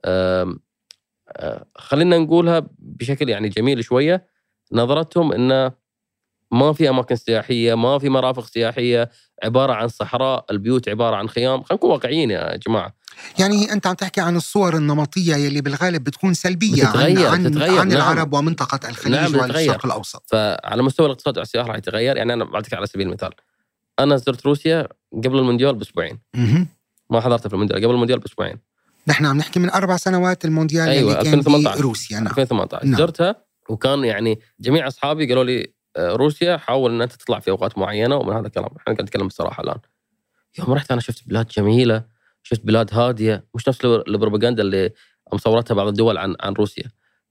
خلينا نقولها بشكل يعني جميل شوية، نظرتهم إن ما في أماكن سياحية، ما في مرافق سياحية، عبارة عن صحراء، البيوت عبارة عن خيام. خلينا نكون واقعيين يا جماعة.
يعني أنت عم تحكي عن الصور النمطية يلي بالغالب بتكون سلبية
بتتغير
عن,
بتتغير
عن
نعم.
العرب ومنطقة الخليج
نعم
والشرق الأوسط.
فعلى مستوى الاقتصاد والسياحة راح يتغير. يعني أنا بعطيك على سبيل المثال، أنا زرت روسيا قبل المونديال بأسبوعين، ما حضرت في المونديال، قبل المونديال بأسبوعين.
نحن عم نحكي من أربع سنوات المونديال
أيوة
اللي كان في روسيا. نعم.
ألفين وثمانية عشر
نعم.
زرتها، وكان يعني جميع أصحابي قالوا لي روسيا حاول أن أنت تطلع في أوقات معينة، ومن هذا الكلام احنا قاعد نتكلم بصراحة الآن. يوم رحت أنا شفت بلاد جميلة، شفت بلاد هادية، مش نفس البروباغندا اللي مصورتها بعض الدول عن عن روسيا.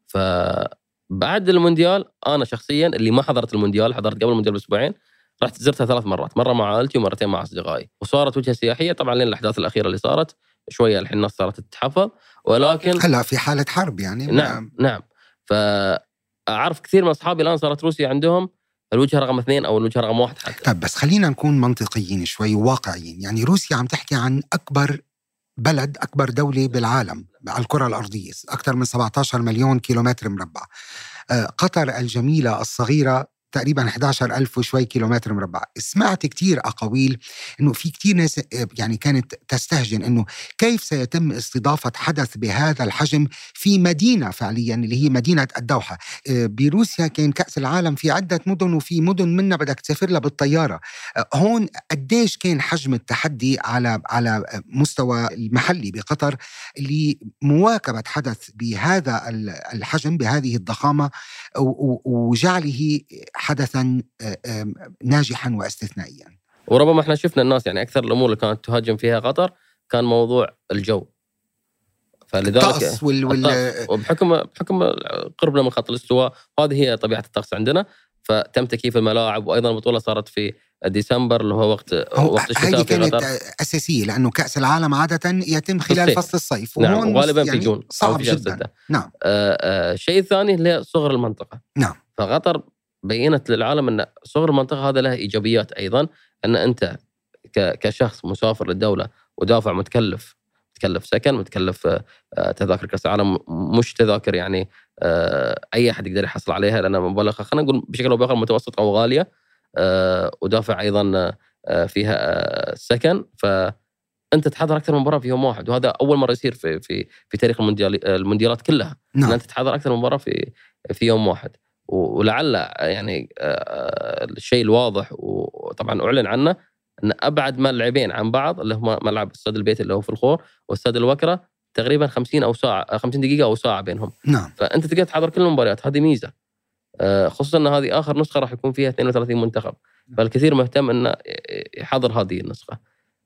فبعد المونديال أنا شخصيا اللي ما حضرت المونديال، حضرت قبل المونديال بأسبوعين، رحت زرتها ثلاث مرات، مرة مع عائلتي ومرتين مع أصدقائي، وصارت وجهة سياحية طبعا لين الأحداث الأخيرة اللي صارت شوية الحين الناس صارت تتحفظ، ولكن
هلا في حالة حرب يعني.
نعم نعم. فأعرف كثير من أصحابي الآن صارت روسيا عندهم الوجهة رقم اثنين أو الوجهة رقم واحد حتى.
طب بس خلينا نكون منطقيين شوي وواقعيين. يعني روسيا عم تحكي عن أكبر بلد، أكبر دولة بالعالم على الكرة الأرضية، أكثر من سبعة عشر مليون كيلومتر مربع. قطر الجميلة الصغيرة تقريبا أحد عشر ألف وشوي كيلومتر مربع. سمعت كتير أقاويل إنه في كتير ناس يعني كانت تستهجن إنه كيف سيتم استضافة حدث بهذا الحجم في مدينة فعليا اللي هي مدينة الدوحة. بروسيا كان كأس العالم في عدة مدن، وفي مدن منها بدك تسافر لها بالطيارة. هون قديش كان حجم التحدي على على مستوى المحلي بقطر لمواكبة حدث بهذا الحجم بهذه الضخامة وجعله حدثا ناجحا واستثنائيا.
وربما احنا شفنا الناس يعني اكثر الامور اللي كانت تهاجم فيها قطر كان موضوع الجو، فلذلك
وال... وال...
وبحكم بحكم قربنا من خط الاستواء، هذه هي طبيعه الطقس عندنا، فتم تكييف الملاعب. وايضا البطوله صارت في ديسمبر اللي هو وقت
هو
وقت الشتاء في قطر.
اساسيه لانه كاس العالم عاده يتم خلال فصل الصيف،
نعم. وغالبا
يعني
في جون
صعب جدا. نعم.
الشيء الثاني اللي صغر المنطقه.
نعم.
فقطر بينت للعالم أن صغر المنطقة هذا له إيجابيات أيضا، أن أنت كشخص مسافر للدولة ودافع متكلف متكلف سكن، متكلف تذاكر كأس العالم، مش تذاكر يعني أي أحد يقدر يحصل عليها لأنها مبالغة خلينا نقول بشكل أو بآخر متوسط أو غالية، ودافع أيضا فيها سكن، فأنت تحضر أكثر من مباراة في يوم واحد. وهذا أول مرة يصير في في في تاريخ المونديال المونديالات كلها.
نعم.
أن أنت تحضر أكثر من مباراة في في يوم واحد. ولعل يعني الشيء الواضح وطبعا أعلن عنه أن أبعد ملعبين عن بعض اللي هما ملعب استاد البيت اللي هو في الخور واستاد الوكرة تقريبا خمسين أو ساعة خمسين دقيقة أو ساعة بينهم.
نعم.
فأنت تقدر تحضر كل المباريات، هذه ميزة، خصوصا أن هذه آخر نسخة راح يكون فيها اثنين وثلاثين منتخب، فالكثير مهتم أنه يحضر هذه النسخة.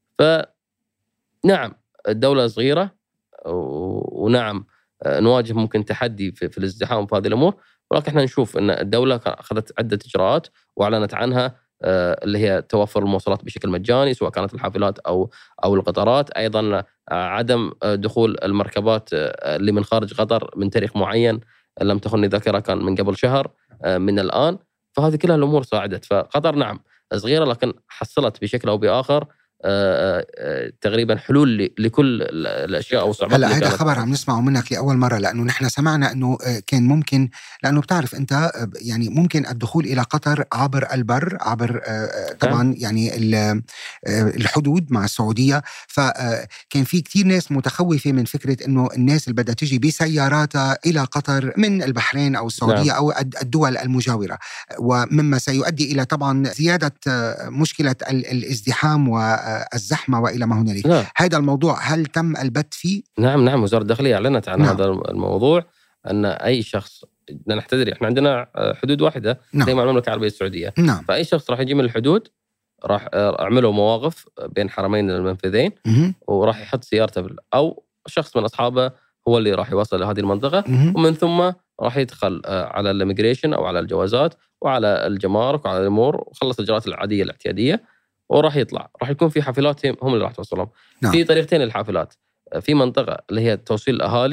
فنعم الدولة صغيرة، ونعم نواجه ممكن تحدي في, في الازدحام في هذه الأمور، ولكن احنا نشوف ان الدوله اخذت عده اجراءات واعلنت عنها، اللي هي توفر المواصلات بشكل مجاني سواء كانت الحافلات او او القطارات، ايضا عدم دخول المركبات اللي من خارج قطر من تاريخ معين لم تخني ذاكره كان من قبل شهر من الان. فهذه كلها الامور ساعدت. فقطر نعم صغيره لكن حصلت بشكل او باخر تقريبا حلول لكل الاشياء او الصعوبات.
هلا هذا خبر عم نسمعه منك لاول مره، لانه نحن سمعنا انه كان ممكن، لانه بتعرف انت يعني ممكن الدخول الى قطر عبر البر، عبر طبعا يعني الحدود مع السعوديه. فكان في كتير ناس متخوفه من فكره انه الناس اللي بدها تجي بسياراتها الى قطر من البحرين او السعوديه نعم. او الدول المجاوره، ومما سيؤدي الى طبعا زياده مشكله الازدحام و الزحمة وإلى ما هنالك.
نعم.
هذا الموضوع هل تم البت فيه؟
نعم نعم وزارة الداخلية أعلنت عن نعم. هذا الموضوع، أن أي شخص نحتذر إحنا عندنا حدود واحدة نعم. زي ما المملكة العربية السعودية
نعم.
فأي شخص راح يجي من الحدود راح أعملوا مواقف بين حرمين المنفذين
م-
وراح يحط سيارته أو شخص من أصحابه هو اللي راح يوصل لهذه المنطقة
م-
ومن ثم راح يدخل على الإميجريشن أو على الجوازات وعلى الجمارك وعلى الأمور وخلص الإجراءات العادية الاعتيادية وراح يطلع. راح يكون في حافلات هم اللي راح توصلهم.
نعم.
في طريقتين للحافلات، في منطقة اللي هي توصيل الأهالي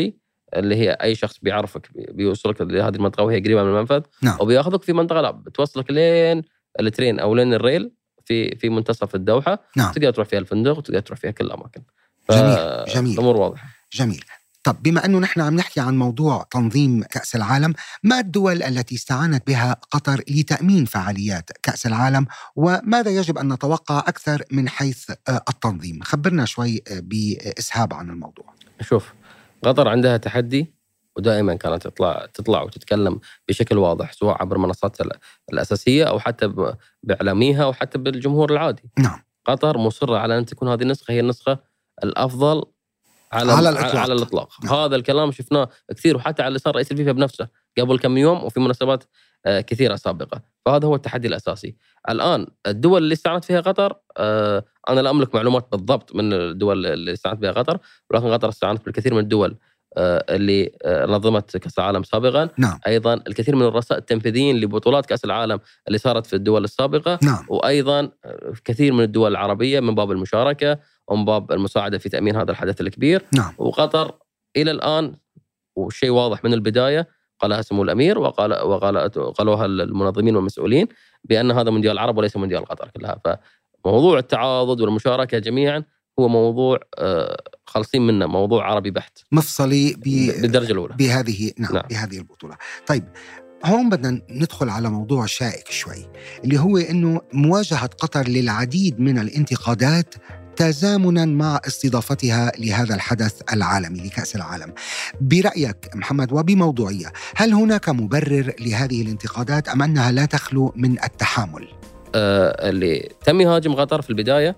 اللي هي اي شخص بيعرفك بيوصلك لهذه المنطقه وهي قريبه من المنفذ.
نعم.
وبياخذك في منطقه لا بتوصلك لين الترين او لين الريل في في منتصف الدوحه.
نعم.
تقدر تروح فيها الفندق وتقدر تروح فيها كل الاماكن.
جميل جميل.
الامور واضحه.
جميل. طب بما أنه نحن عم نحكي عن موضوع تنظيم كأس العالم، ما الدول التي استعانت بها قطر لتأمين فعاليات كأس العالم، وماذا يجب أن نتوقع أكثر من حيث التنظيم؟ خبرنا شوي بإسهاب عن الموضوع.
شوف، قطر عندها تحدي ودائما كانت تطلع تطلع وتتكلم بشكل واضح سواء عبر منصات الأساسية أو حتى بإعلاميها أو حتى بالجمهور العادي.
نعم.
قطر مصرة على أن تكون هذه النسخة هي النسخة الأفضل على
على الإطلاق,
على الإطلاق.
نعم.
هذا الكلام شفناه كثير، وحتى على لسان رئيس الفيفا بنفسه قبل كم يوم وفي مناسبات كثيرة سابقة. فهذا هو التحدي الأساسي. الآن الدول اللي استعنت فيها قطر، أنا لا أملك معلومات بالضبط من الدول اللي استعنت بها قطر، ولكن قطر استعنت بالكثير من الدول اللي نظمت كأس العالم سابقا.
نعم.
أيضا الكثير من الرؤساء التنفيذيين لبطولات كأس العالم اللي صارت في الدول السابقة.
نعم.
وأيضا كثير من الدول العربية من باب المشاركة ومن باب المساعدة في تأمين هذا الحدث الكبير.
نعم.
وقطر إلى الآن وشيء واضح من البداية قالها سمو الأمير وقال وقال قالوها المنظمين والمسؤولين بأن هذا مونديال العرب وليس مونديال قطر كلها. فموضوع التعاضد والمشاركة جميعا هو موضوع خالصين منه، موضوع عربي بحت
مفصلي
بالدرجة الأولى
بهذه نعم, نعم. بهذه البطولة. طيب هون بدنا ندخل على موضوع شائك شوي، اللي هو إنه مواجهة قطر للعديد من الانتقادات تزامناً مع استضافتها لهذا الحدث العالمي لكأس العالم. برأيك محمد وبموضوعية، هل هناك مبرر لهذه الانتقادات أم أنها لا تخلو من التحامل؟
آه اللي تم يهاجم قطر في البداية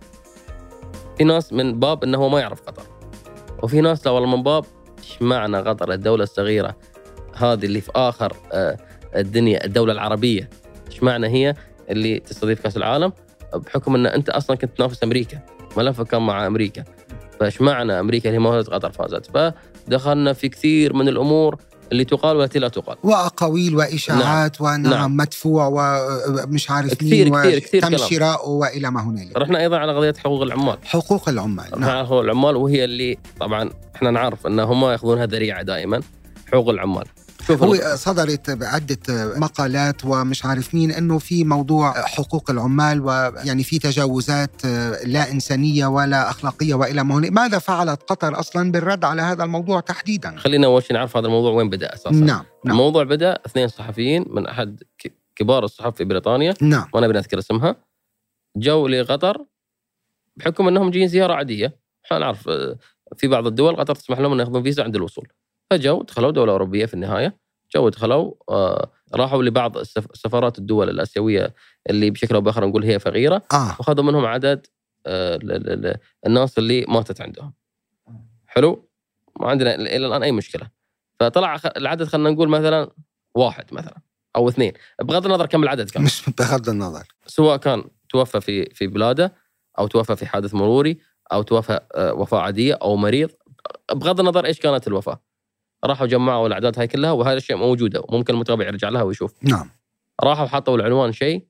في ناس من باب أنه ما يعرف قطر، وفي ناس لا والله من باب إيش معنى قطر الدولة الصغيرة هذه اللي في آخر آه الدنيا الدولة العربية، إيش معنى هي اللي تستضيف كأس العالم بحكم أن أنت أصلاً كنت تنافس أمريكا، ملفك كان مع أمريكا، فإيش معنى أمريكا اللي ما قطر فازت؟ فدخلنا في كثير من الأمور اللي تقال والتي لا تقال،
وأقاويل وإشاعات. نعم. ونعم نعم. مدفوع ومش عارف
كثير
مين
كثير كثير
تم شراءه وإلى ما هنالك.
رحنا أيضا على قضية حقوق العمال
حقوق العمال
رحنا نعم. على حقوق العمال، وهي اللي طبعا إحنا نعرف أنهم يأخذونها ذريعة دائما. حقوق العمال
هو صدرت بعدة مقالات ومش عارف مين أنه في موضوع حقوق العمال ويعني في تجاوزات لا إنسانية ولا أخلاقية وإلى ما هنالك. ماذا فعلت قطر أصلا بالرد على هذا الموضوع تحديدا؟
خلينا أول شيء نعرف هذا الموضوع وين بدأ أساسا.
نعم. نعم.
الموضوع بدأ اثنين صحفيين من أحد كبار الصحف في بريطانيا.
نعم.
وأنا بنذكر اسمها، جو لقطر بحكم أنهم جايين زيارة عادية. احنا نعرف في بعض الدول قطر تسمح لهم أن يأخذون فيزا عند الوصول، فجو دخلوا دولة أوروبية في النهاية، جو دخلوا آه راحوا لبعض السفارات الدول الآسيوية اللي بشكل أو بآخر نقول هي فقيرة.
آه.
وخذوا منهم عدد آه الناس اللي ماتت عندهم. حلو، ما عندنا إلى الآن أي مشكلة. فطلع العدد خلنا نقول مثلا واحد مثلا أو اثنين، بغض النظر كم العدد كان،
مش بغض النظر
سواء كان توفى في في بلاده أو توفى في حادث مروري أو توفى آه وفاة عادية أو مريض، بغض النظر إيش كانت الوفاة، راحوا جمعوا الأعداد هاي كلها، وهذا الشيء موجودة وممكن المتابع يرجع لها ويشوف.
نعم.
راحوا حطوا العنوان شيء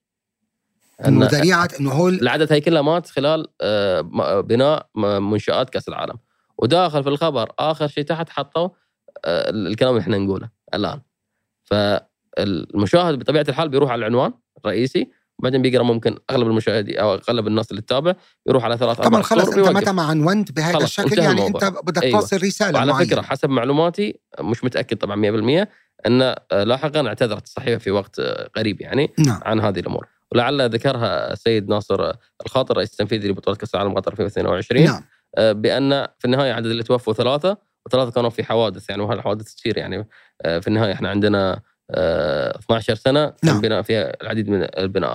إنه ذريعة إنه هو
العدد هاي كلها مات خلال بناء منشآت كأس العالم. وداخل في الخبر آخر شيء تحت حطوا الكلام اللي إحنا نقوله الآن. فالمشاهد بطبيعة الحال بيروح على العنوان الرئيسي، وبعدين بيقرأ ممكن أغلب المشاهدين أو أغلب الناس اللي تتابع يروح على ثلاث
طبعا خلص. أنت متى ما عنونت بهذا الشكل يعني أنت بدك
أيوة.
توصل رسالة
وعلى
معينة.
فكرة حسب معلوماتي مش متأكد طبعا مية بالمية أن لاحقا اعتذرت الصحيفة في وقت قريب يعني
نعم.
عن هذه الأمور، ولعل ذكرها السيد ناصر الخاطر رئيس التنفيذي لبطولة كأس العالم قطر ألفين واثنين وعشرين.
نعم.
بأن في النهاية عدد اللي توفوا ثلاثة وثلاثة كانوا في حوادث يعني، وهالحوادث تصير يعني في النهاية إحنا عندنا اثنتي عشرة سنة تم
نعم.
بناء فيها العديد من البناءات.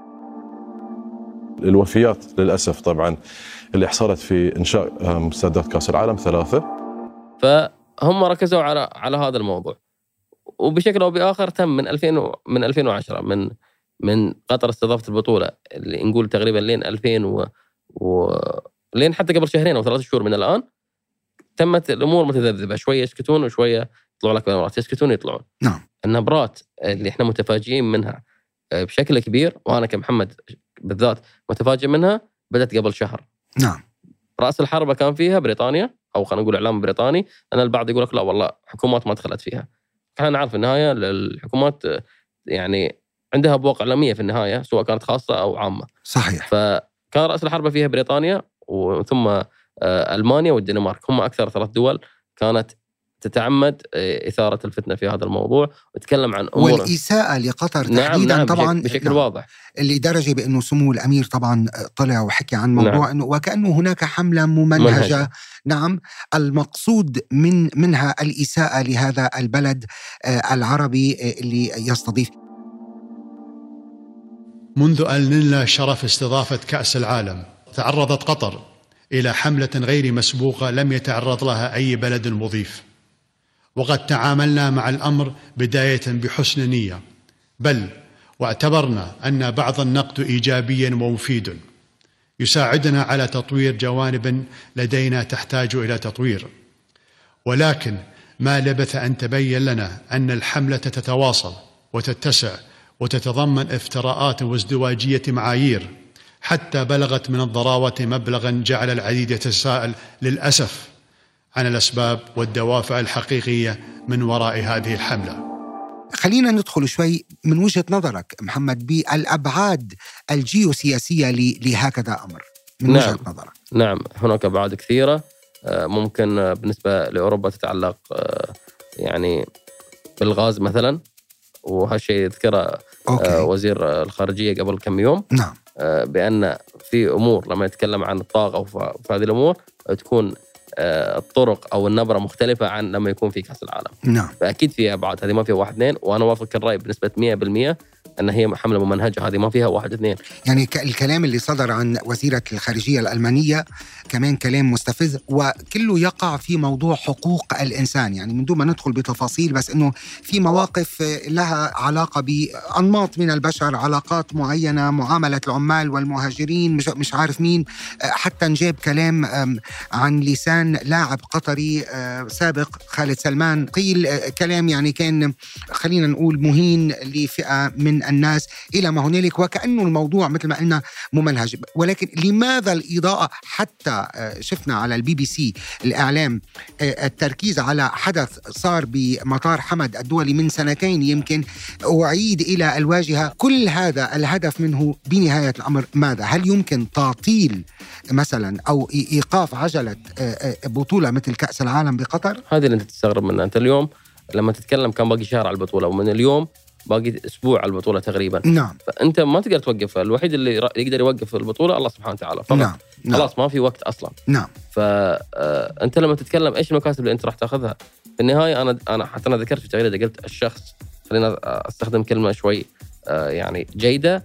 الوفيات للأسف طبعا اللي حصلت في إنشاء مستعدات كأس العالم ثلاثة،
فهم ركزوا على على هذا الموضوع، وبشكل أو بآخر تم من ألفين و... من ألفين وعشرة من من قطر استضافت البطولة اللي نقول تقريبا لين ألفين و... و... لين حتى قبل شهرين أو ثلاثة شهور من الآن تمت الأمور متذبذبة، شوية يسكتون وشوية يطلعوا لك بنبرات، يسكتون يطلعون.
نعم.
النبرات اللي احنا متفاجئين منها بشكل كبير، وأنا كمحمد بالذات متفاجئ منها، بدأت قبل شهر.
نعم.
رأس الحربة كان فيها بريطانيا او خلينا نقول اعلام بريطاني، ان البعض يقول لك لا والله حكومات ما دخلت فيها. احنا نعرف في النهايه الحكومات يعني عندها ابواق اعلاميه في النهايه سواء كانت خاصه او عامه.
صحيح.
فكان راس الحربه فيها بريطانيا وثم المانيا والدنمارك، هم اكثر ثلاث دول كانت تتعمد إثارة الفتنة في هذا الموضوع، وتكلم عن أمور
والإساءة لقطر تحديدا.
نعم نعم
طبعا
بشكل
نعم
واضح،
لدرجة بأنه سمو الأمير طبعا طلع وحكي عن موضوع نعم. أنه وكأنه هناك حملة ممنهجة منهجة. نعم المقصود من منها الإساءة لهذا البلد العربي اللي يستضيف.
منذ أن نلنا شرف استضافة كأس العالم تعرضت قطر إلى حملة غير مسبوقة لم يتعرض لها أي بلد مضيف، وقد تعاملنا مع الأمر بداية بحسن نية، بل واعتبرنا أن بعض النقد إيجابيا ومفيد يساعدنا على تطوير جوانب لدينا تحتاج إلى تطوير. ولكن ما لبث أن تبين لنا أن الحملة تتواصل وتتسع وتتضمن افتراءات وازدواجية معايير، حتى بلغت من الضراوة مبلغا جعل العديد يتساءل للأسف عن الأسباب والدوافع الحقيقية من وراء هذه الحملة.
خلينا ندخل شوي من وجهة نظرك محمد بالأبعاد الجيوسياسية لهكذا أمر من
نعم.
وجهة نظرك.
نعم هناك أبعاد كثيرة، ممكن بالنسبة لأوروبا تتعلق يعني بالغاز مثلا، وهالشيء يذكره وزير الخارجية قبل كم يوم.
نعم.
بأن في أمور لما يتكلم عن الطاقة وفي هذه الأمور تكون الطرق أو النبرة مختلفة عن لما يكون في كأس العالم.
نعم.
فأكيد فيها أبعاد، هذه ما فيها واحد اثنين، وأنا وافق الرأي بنسبة مئة بالمئة أن هي حملة ممنهجة، هذه ما فيها واحد اثنين.
يعني الكلام اللي صدر عن وزيرة الخارجية الألمانية كمان كلام مستفز، وكله يقع في موضوع حقوق الإنسان، يعني من دون ما ندخل بتفاصيل، بس إنه في مواقف لها علاقة بأنماط من البشر، علاقات معينة، معاملة العمال والمهاجرين، مش, مش عارف مين، حتى نجيب كلام عن لسان لاعب قطري سابق خالد سلمان، قيل كلام يعني كان خلينا نقول مهين لفئة من الناس إلى ما هنالك، وكأنه الموضوع مثل ما قلنا ممنهج. ولكن لماذا الإضاءة؟ حتى شفنا على البي بي سي الإعلام التركيز على حدث صار بمطار حمد الدولي من سنتين يمكن، أعيد إلى الواجهة. كل هذا الهدف منه بنهاية الأمر ماذا؟ هل يمكن تعطيل مثلا أو إيقاف عجلة بطولة مثل كأس العالم بقطر؟
هذه اللي أنت تستغرب منها. أنت اليوم لما تتكلم كان باقي شهر على البطولة، ومن اليوم باقي أسبوع على البطولة تقريبا.
نعم.
فأنت ما تقدر توقفها، الوحيد اللي يقدر يوقف البطولة الله سبحانه وتعالى فقط.
نعم.
خلاص ما في وقت أصلا.
نعم.
فأنت لما تتكلم إيش المكاسب اللي أنت راح تأخذها في النهاية، أنا أنا حتى أنا ذكرت في تغريدة قلت الشخص، خلينا أستخدم كلمة شوي يعني جيدة،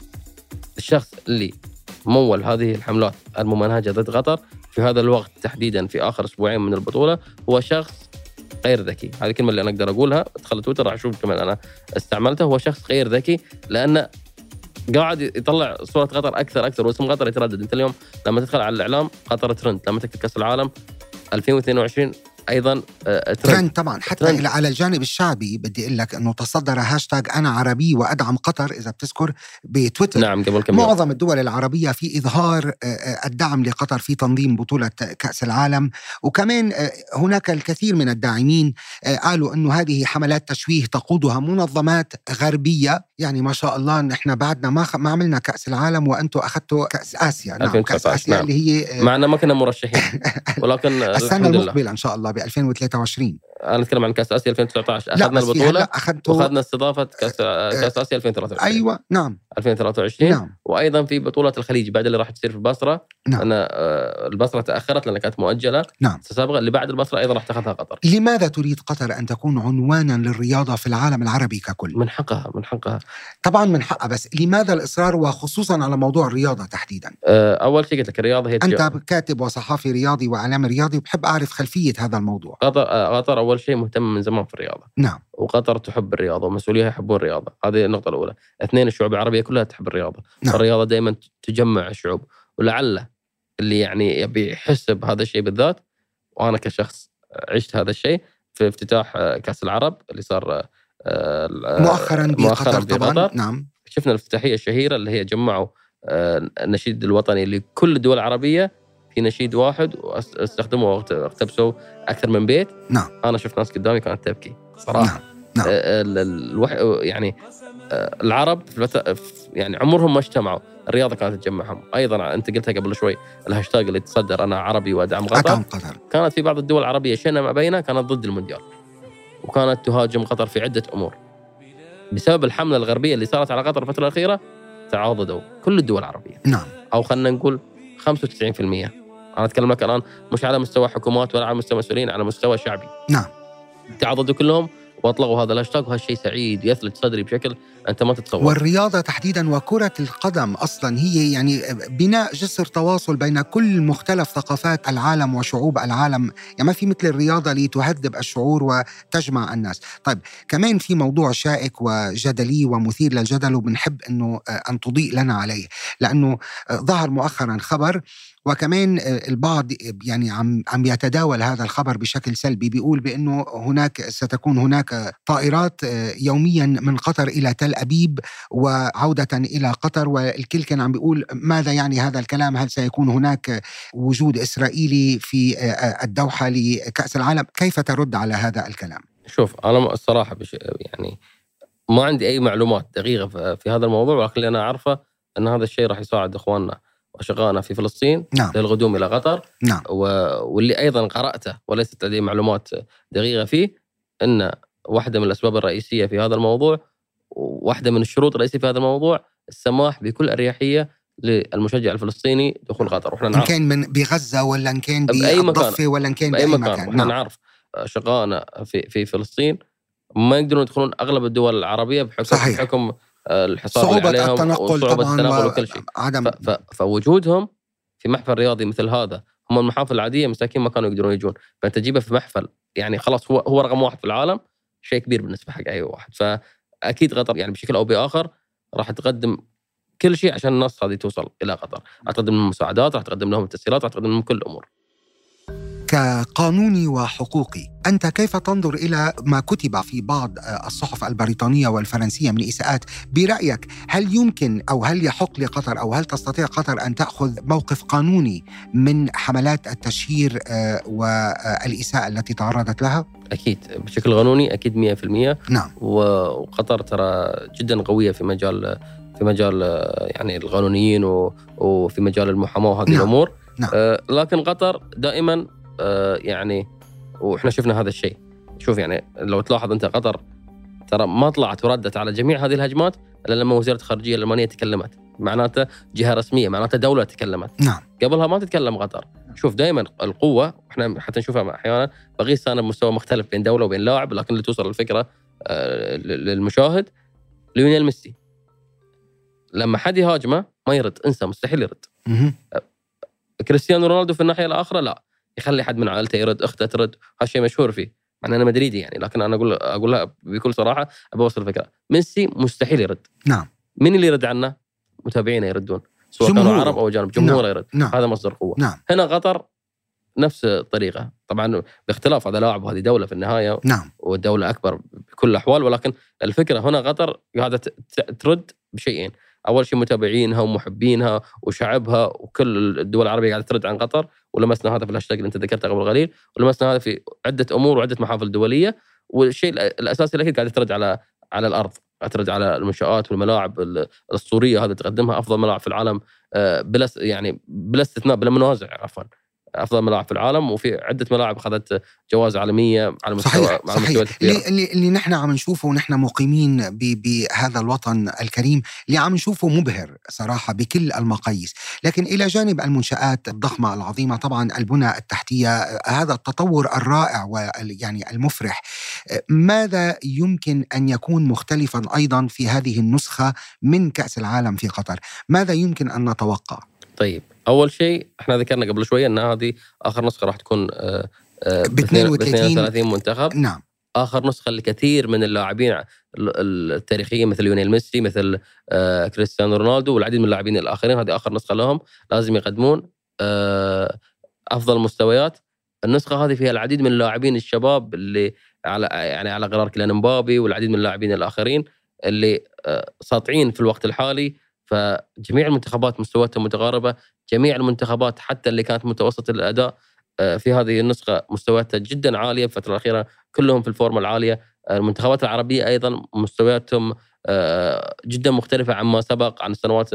الشخص اللي مول هذه الحملات الممنهجة ضد قطر في هذا الوقت تحديدا في آخر أسبوعين من البطولة هو شخص غير ذكي. هذه الكلمة اللي أنا أقدر أقولها، ادخل تويتر راح أشوف كمان أنا استعملتها. هو شخص غير ذكي لأن قاعد يطلع صورة قطر أكثر أكثر، واسم قطر يتردد. أنت اليوم لما تدخل على الإعلام قطر ترند، لما تكتب كأس العالم ألفين واثنين وعشرين أيضا ترند.
ترند طبعا. حتى ترند. على الجانب الشعبي بدي أقول لك أنه تصدر هاشتاج أنا عربي وأدعم قطر إذا بتذكر بتويتر.
نعم قبل كم
معظم
يوم.
الدول العربية في إظهار الدعم لقطر في تنظيم بطولة كأس العالم، وكمان هناك الكثير من الداعمين قالوا أنه هذه حملات تشويه تقودها منظمات غربية. يعني ما شاء الله نحن بعدنا ما, خ... ما عملنا كأس العالم وأنتوا أخذتوا كأس آسيا. نعم كأس آسيا نعم. اللي هي
معنا ما كنا مرشحين ولكن
السنة المقبلة إن شاء الله ب ألفين وثلاثة وعشرين.
أنا نتكلم عن كأس آسيا ألفين وتسعة عشر أخذنا البطولة وأخذنا استضافة كأس كأس آسيا ألفين وثلاثة وعشرين.
أيوة نعم
ألفين وثلاثة وعشرين.
نعم.
وأيضا في بطولة الخليج بعد اللي راح تصير في البصرة.
نعم.
أنا البصرة تأخرت لأنها كانت مؤجلة.
نعم.
سابقا اللي بعد البصرة أيضا راح تأخذها قطر.
لماذا تريد قطر أن تكون عنوانا للرياضة في العالم العربي ككل؟
من حقها من حقها
طبعا من حقها، بس لماذا الإصرار وخصوصا على موضوع الرياضة تحديدا؟
أول شيء قلت لك الرياضة هي
أنت كاتب وصحافي رياضي وإعلامي رياضي، وبحب أعرف خلفية هذا الموضوع.
قطر قطر أول شيء مهتم من زمان في الرياضة.
نعم.
وقطر تحب الرياضة ومسؤوليها يحبون الرياضة، هذه النقطة الأولى. اثنين، الشعوب العربية كلها تحب الرياضة. نعم. الرياضة دائما تجمع الشعوب، ولعل اللي يعني يبي يحس بهذا الشيء بالذات، وأنا كشخص عشت هذا الشيء في افتتاح كأس العرب اللي صار
مؤخرا بقطر طبعا.
بقطر.
نعم.
شفنا الافتتاحية الشهيرة اللي هي جمعوا النشيد الوطني لكل الدول العربية في نشيد واحد واستخدموا واقتبسوا اكثر من بيت.
نعم.
انا شفت ناس قدامي كانت تبكي صراحه.
نعم. نعم.
الوح... يعني العرب في يعني عمرهم ما اجتمعوا، الرياضه كانت تجمعهم. ايضا انت قلتها قبل شوي، الهاشتاج اللي تصدر انا عربي وادعم قطر.
أدعم قطر. كانت
في بعض الدول العربيه شئنا ما بينها كانت ضد المونديال، وكانت تهاجم قطر في عده امور. بسبب الحمله الغربيه اللي صارت على قطر الفتره الاخيره تعاضدوا كل الدول العربيه.
نعم.
او خلينا نقول خمسة وتسعين بالمئة. انا اتكلم لك الان مش على مستوى حكومات ولا على مستوى مسؤولين، على مستوى شعبي.
نعم.
تعاضدوا كلهم واطلقوا هذا الهاشتاج، وهالشيء سعيد يثلج صدري بشكل انت ما تتصور.
والرياضه تحديدا وكره القدم اصلا هي يعني بناء جسر تواصل بين كل مختلف ثقافات العالم وشعوب العالم، يعني ما في مثل الرياضه لتهذب الشعور وتجمع الناس. طيب كمان في موضوع شائك وجدلي ومثير للجدل، وبنحب انه ان تضيء لنا عليه، لانه ظهر مؤخرا خبر وكمان البعض يعني عم عم يتداول هذا الخبر بشكل سلبي، بيقول بأنه هناك ستكون هناك طائرات يوميا من قطر إلى تل أبيب وعودة إلى قطر، والكل كان عم بيقول ماذا يعني هذا الكلام؟ هل سيكون هناك وجود إسرائيلي في الدوحة لكأس العالم؟ كيف ترد على هذا الكلام؟
شوف أنا الصراحة بش يعني ما عندي أي معلومات دقيقة في هذا الموضوع، ولكن أنا عارفة أن هذا الشيء راح يساعد إخواننا وأشقائنا في فلسطين.
نعم.
للقدوم إلى قطر.
نعم.
و... واللي أيضا قرأته وليست لدي معلومات دقيقة فيه، أن واحدة من الأسباب الرئيسية في هذا الموضوع، واحدة من الشروط الرئيسية في هذا الموضوع، السماح بكل أريحية للمشجع الفلسطيني دخول قطر. وإحنا نعرف
إن كان من بغزة ولا إن كان
بأي
بالضفة ولا إن كان
بأي
بأي
مكان,
مكان.
وإحنا
نعم.
نعرف أشقائنا في في فلسطين ما يقدرون يدخلون أغلب الدول العربية بحكم
صحيح.
بحكم الحصار
صعوبة
عليهم
التنقل
وصعوبة التنقل
و...
وكل شيء.
عدم...
ف... ف... فوجودهم في محفل رياضي مثل هذا، هم المحافل العادية مساكين ما كانوا يقدرون يجون، فأنت تجيبه في محفل يعني خلاص هو هو رقم واحد في العالم، شيء كبير بالنسبة حق أي واحد. فأكيد قطر يعني بشكل أو بآخر راح تقدم كل شيء عشان الناس هذه توصل إلى قطر، راح تقدم لهم مساعدات، راح تقدم لهم التسهيلات، راح تقدم لهم كل الأمور.
كقانوني وحقوقي، أنت كيف تنظر إلى ما كتب في بعض الصحف البريطانية والفرنسية من إساءات؟ برأيك هل يمكن أو هل يحق لقطر أو هل تستطيع قطر أن تأخذ موقف قانوني من حملات التشهير والإساءة التي تعرضت لها؟
أكيد بشكل قانوني أكيد مئة في المئة.
نعم.
وقطر ترى جدا قوية في مجال في مجال يعني القانونيين وفي مجال المحاماة وهذه
نعم.
الأمور.
نعم.
آه لكن قطر دائما آه يعني وإحنا شفنا هذا الشيء. شوف يعني لو تلاحظ أنت قطر ترى ما طلعت وردت على جميع هذه الهجمات إلا لما وزيرة الخارجية الألمانية تكلمت، معناته جهة رسمية، معناته دولة تكلمت.
نعم.
قبلها ما تتكلم قطر. شوف دائما القوة، إحنا حتى نشوفها أحيانا بقيس أنا بمستوى مختلف بين دولة وبين لاعب، لكن اللي توصل الفكرة آه للمشاهد. ليونيل ميسي لما حد يهاجمه ما يرد، انسى مستحيل يرد.
م-
كريستيانو رونالدو في الناحية الأخرى لا، يخلي حد من عائلته يرد، أخته ترد، هالشيء مشهور فيه، مع أنا مدريدي يعني، لكن أنا أقول أقولها بكل صراحة أبي أوصل الفكرة. ميسي مستحيل يرد.
نعم.
مين اللي يرد عنه؟ متابعينه يردون، سواء كانوا عرب أو أجانب، جمهوره
نعم.
يرد.
نعم.
هذا مصدر قوة.
نعم.
هنا قطر نفس الطريقة، طبعا باختلاف، هذا لاعب وهذه دولة في النهاية.
نعم.
والدولة أكبر بكل الأحوال، ولكن الفكرة هنا قطر قاعدة ترد بشيئين. أول شيء متابعينها ومحبينها وشعبها وكل الدول العربية قاعدة ترد عن قطر، ولمسنا هذا في الهاشتاج اللي أنت ذكرته قبل قليل، ولمسنا هذا في عدة أمور وعدة محافل دولية. والشيء الأساسي الأكيد قاعدة ترد على على الأرض، قاعدة ترد على المنشآت والملاعب الأسطورية هذا تقدمها، أفضل ملاعب في العالم بلا يعني بلا استثناء بلا منازع، عفوا أفضل ملاعب في العالم، وفي عدة ملاعب أخذت جوائز عالمية على مستوى
صحيح.
مع
صحيح.
اللي,
اللي, اللي نحن عم نشوفه ونحن مقيمين بهذا الوطن الكريم، اللي عم نشوفه مبهر صراحة بكل المقاييس. لكن إلى جانب المنشآت الضخمة العظيمة، طبعا البنى التحتية، هذا التطور الرائع ويعني المفرح، ماذا يمكن أن يكون مختلفا أيضا في هذه النسخة من كأس العالم في قطر؟ ماذا يمكن أن نتوقع؟
طيب أول شيء احنا ذكرنا قبل شوية أن هذه آخر نسخة راح تكون ب اثنين وثلاثين منتخب.
نعم.
آخر نسخة لكثير من اللاعبين التاريخيين مثل ليونيل ميسي، مثل كريستيانو رونالدو والعديد من اللاعبين الآخرين. هذه آخر نسخة لهم، لازم يقدمون أفضل مستويات. النسخة هذه فيها العديد من اللاعبين الشباب اللي على يعني على غرار كيليان مبابي والعديد من اللاعبين الآخرين اللي ساطعين في الوقت الحالي فجميع المنتخبات مستوياتها متقاربة، جميع المنتخبات حتى اللي كانت متوسطة الأداء في هذه النسخة مستوياتها جدا عالية في الفترة الأخيرة، كلهم في الفورمة العالية. المنتخبات العربية أيضا مستوياتهم جدا مختلفة عما سبق عن السنوات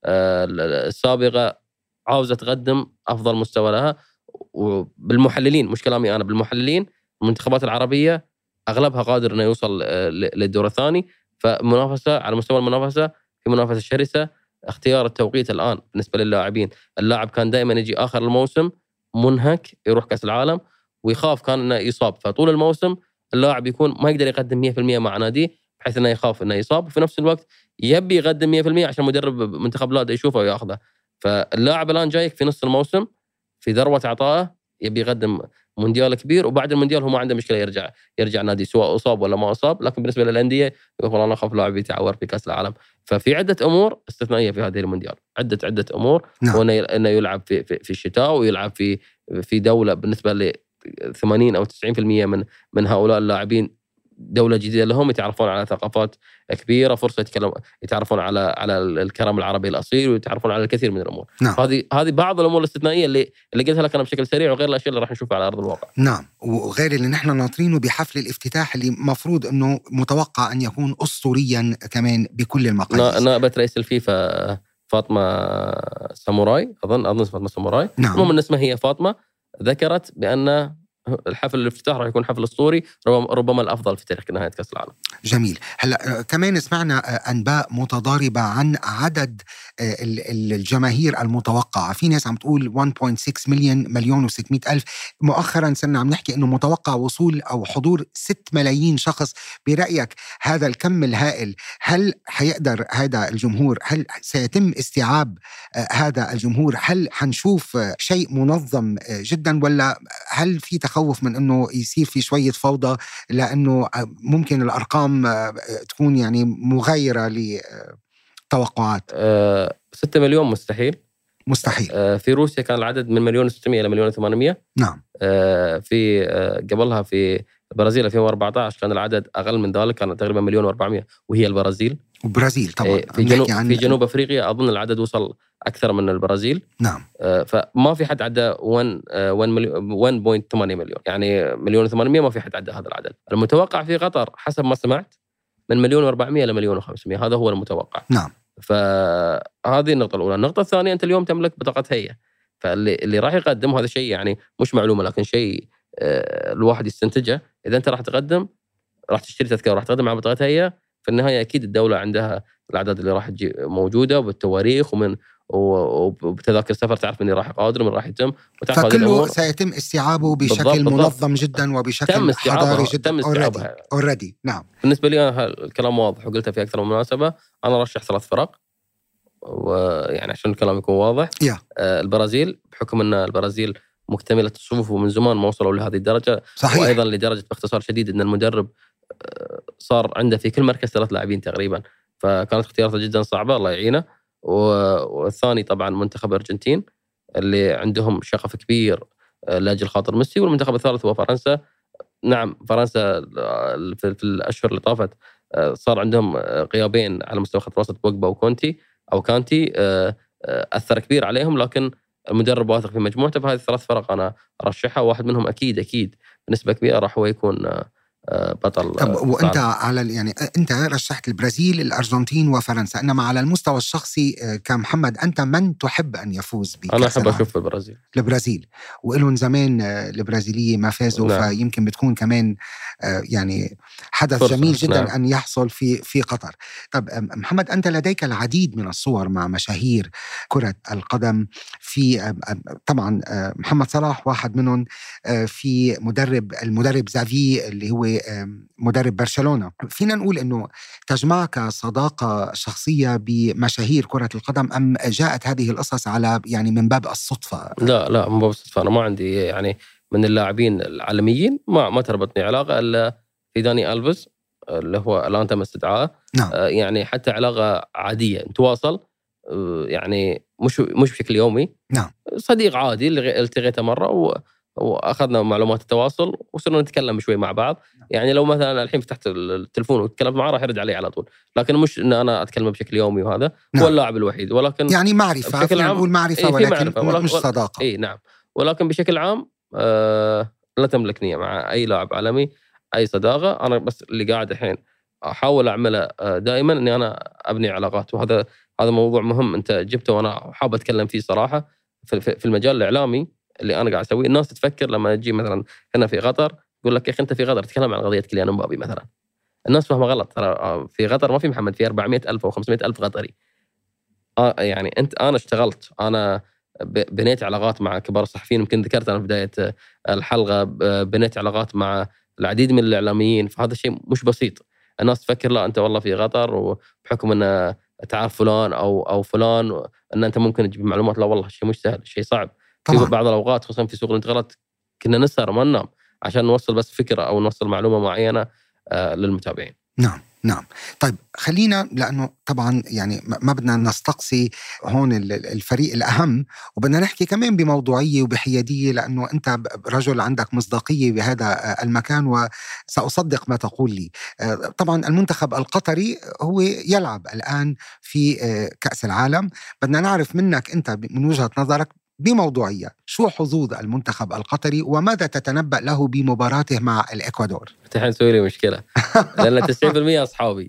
السابقة، عاوزة تقدم أفضل مستوى لها. وبالمحللين، مش كلامي أنا، بالمحللين المنتخبات العربية أغلبها قادر أنه يوصل للدور الثاني. فمنافسة على مستوى المنافسة في منافسة شرسة. اختيار التوقيت الآن بالنسبة للاعبين، اللاعب كان دائما يجي آخر الموسم منهك يروح كأس العالم ويخاف كان أنه يصاب، فطول الموسم اللاعب يكون ما يقدر يقدم مية بالمية مع ناديه بحيث أنه يخاف أنه يصاب، وفي نفس الوقت يبي يقدم مية بالمية عشان مدرب منتخب بلاده يشوفه ويأخذه. فاللاعب الآن جايك في نص الموسم في ذروة عطائه، يبي يقدم مونديال كبير، وبعد المونديال هو ما عنده مشكلة يرجع يرجع نادي سواء أصاب ولا ما أصاب. لكن بالنسبة للأندية يقول أنا أخاف لاعب يتعور في كأس العالم. ففي عدة أمور استثنائية في هذه المونديال، عدة عدة أمور. نعم. وأنه إنه يلعب في في, في الشتاء، ويلعب في في دولة بالنسبة ل ثمانين أو تسعين بالمئة من من هؤلاء اللاعبين دولة جديدة لهم، يتعرفون على ثقافات كبيرة، فرصة يتكلم يتعرفون على على الكلام العربي الأصيل، ويتعرفون على الكثير من الأمور. نعم. هذه هذه بعض الأمور الاستثنائية اللي اللي قلتها لك أنا بشكل سريع، وغير الأشياء اللي راح نشوفها على أرض الواقع.
نعم، وغير اللي نحن ناطرينه بحفل الافتتاح اللي مفروض أنه متوقع أن يكون أسطوريا كمان بكل المقاييس.
نائبة رئيس الفيفا فاطمة ساموراي، أظن أظن فاطمة ساموراي.
نعم.
المهم اسمها هي فاطمة، ذكرت بأن الحفل الافتتاح راح يكون حفل اسطوري، ربما الافضل في تاريخ نهايه كاس العالم.
جميل. هلا كمان سمعنا انباء متضاربه عن عدد الجماهير المتوقعه، في ناس عم تقول واحد فاصلة ستة مليون مليون وستمائة الف، مؤخرا صرنا عم نحكي انه متوقع وصول او حضور ستة ملايين شخص. برايك هذا الكم الهائل، هل حيقدر هذا الجمهور، هل سيتم استيعاب هذا الجمهور؟ هل حنشوف شيء منظم جدا، ولا هل في تخوف من أنه يصير في شوية فوضى لأنه ممكن الأرقام تكون يعني مغايرة لتوقعات؟
أه ستة مليون مستحيل
مستحيل.
أه في روسيا كان العدد من مليون وستمائة إلى مليون وثمانمائة.
نعم.
أه في أه قبلها في البرازيل ألفين وأربعة عشر كان العدد أقل من ذلك، كان تقريبا مليون وأربعمائة، وهي البرازيل.
وبرازيل طبعا.
في جنوب, عن... في جنوب أفريقيا أظن العدد وصل أكثر من البرازيل.
نعم.
أه فما في حد عدى واحد فاصلة ثمانية مليون، يعني مليون وثمانمائة ما في حد عدى هذا العدد. المتوقع في قطر حسب ما سمعت من مليون وأربعمائة إلى مليون وخمسمائة، هذا هو المتوقع.
نعم.
فهذه النقطة الأولى. النقطة الثانية، أنت اليوم تملك بطاقة هيئة، فاللي اللي راح يقدم هذا شيء يعني مش معلومة، لكن شيء أه الواحد يستنتجه. إذا أنت راح تقدم، راح تشتري تذكرة، راح تقدم على بطاقة هيئة، في النهاية أكيد الدولة عندها الأعداد اللي راح تجي موجودة، وبالتواريخ ومن وبتذاكر السفر تعرف من راح يقادر ومن راح يتم،
فكله سيتم استيعابه بشكل بالضبط منظم بالضبط. جدا وبشكل حضاري جدا.
تم استيعابها
اوريدي. نعم.
بالنسبة لي أنا الكلام واضح، وقلتها في أكثر من مناسبة، أنا رشح ثلاث فرق، ويعني عشان الكلام يكون واضح.
yeah.
آه البرازيل، بحكم أن البرازيل مكتملة الصفوف ومن زمان ما وصلوا لهذه الدرجة.
صحيح.
وأيضا لدرجة باختصار شديد أن المدرب صار عنده في كل مركز ثلاث لاعبين تقريبا، فكانت اختياراته جدا صعبة، الله يعينه. والثاني طبعا منتخب الأرجنتين اللي عندهم شغف كبير لاجل خاطر ميسي. والمنتخب الثالث هو فرنسا. نعم، فرنسا في الأشهر اللي طافت صار عندهم غيابين على مستوى خط الوسط، بوجبا وكونتي أو كانتي، أثر كبير عليهم، لكن المدرب واثق في مجموعته. فهذه الثلاث فرق أنا أرشحها، واحد منهم أكيد أكيد بنسبة كبيرة راح هو يكون بطل.
طب وانت على يعني انت رشحت البرازيل، الارجنتين وفرنسا، انما على المستوى الشخصي كمحمد انت من تحب ان يفوز بكأس
انا احب اشوف البرازيل.
البرازيل وإلهم زمان البرازيليه ما فازوا. نعم. فيمكن بتكون كمان يعني حدث جميل جدا. نعم. ان يحصل في في قطر. طب محمد، انت لديك العديد من الصور مع مشاهير كرة القدم، في طبعا محمد صلاح واحد منهم، في مدرب المدرب زافي اللي هو مدرب برشلونة. فينا نقول أنه تجمعك صداقة شخصية بمشاهير كرة القدم، أم جاءت هذه القصص على يعني من باب الصدفة؟
لا لا من باب الصدفة. أنا ما عندي يعني من اللاعبين العالميين ما ما تربطني علاقة إلا في داني ألفيس اللي هو الآن تم استدعائه.
نعم.
آه يعني حتى علاقة عادية نتواصل، آه يعني مش مش بشكل يومي.
نعم.
صديق عادي اللي التقيته مرة و وأخذنا معلومات التواصل وصرنا نتكلم شوي مع بعض. يعني لو مثلا الحين فتحت التلفون وتكلمت معه راح يرد علي على طول، لكن مش ان انا اتكلم بشكل يومي، وهذا
نعم.
هو اللاعب الوحيد. ولكن
يعني معرفه،
بشكل عام
نقول معرفه،
إيه
ولكن
معرفة ولكن
مش صداقه.
اي نعم، ولكن بشكل عام آه لا تملك نية مع اي لاعب عالمي اي صداقه. انا بس اللي قاعد الحين احاول اعمله دائما اني انا ابني علاقات، وهذا هذا موضوع مهم انت جبته وانا حاب اتكلم فيه صراحه. في المجال الاعلامي اللي انا قاعد اسويه، الناس تفكر لما تجي مثلا هنا في قطر يقول لك يا اخي انت في قطر تتكلم عن قضيه كيليان امبابي مثلا، الناس فاهمه غلط. ترى في قطر ما في محمد، في أربعمائة ألف او خمسمائة ألف قطري. آه يعني انت انا اشتغلت، انا بنيت علاقات مع كبار الصحفيين، يمكن ذكرت انا في بدايه الحلقه، بنيت علاقات مع العديد من الاعلاميين، فهذا شيء مش بسيط. الناس تفكر لا انت والله في قطر وبحكم ان تعرف فلان او او فلان ان انت ممكن تجيب معلومات، لا والله شيء مش سهل، شيء صعب. طبعا. في بعض الاوقات خصوصا في سوق الانتقالات كنا نسهر وما ننام عشان نوصل بس فكره او نوصل معلومه معينه آه للمتابعين.
نعم نعم. طيب خلينا، لأنه طبعا يعني ما بدنا نستقصي هون الفريق الأهم، وبدنا نحكي كمان بموضوعية وبحيادية، لأنه أنت رجل عندك مصداقية بهذا المكان وسأصدق ما تقول لي. طبعا المنتخب القطري هو يلعب الآن في كأس العالم، بدنا نعرف منك أنت من وجهة نظرك بموضوعية شو حظوظ المنتخب القطري وماذا تتنبأ له بمباراته مع الإكوادور؟
تحين سوي لي مشكلة لأن تسعين بالمئة أصحابي.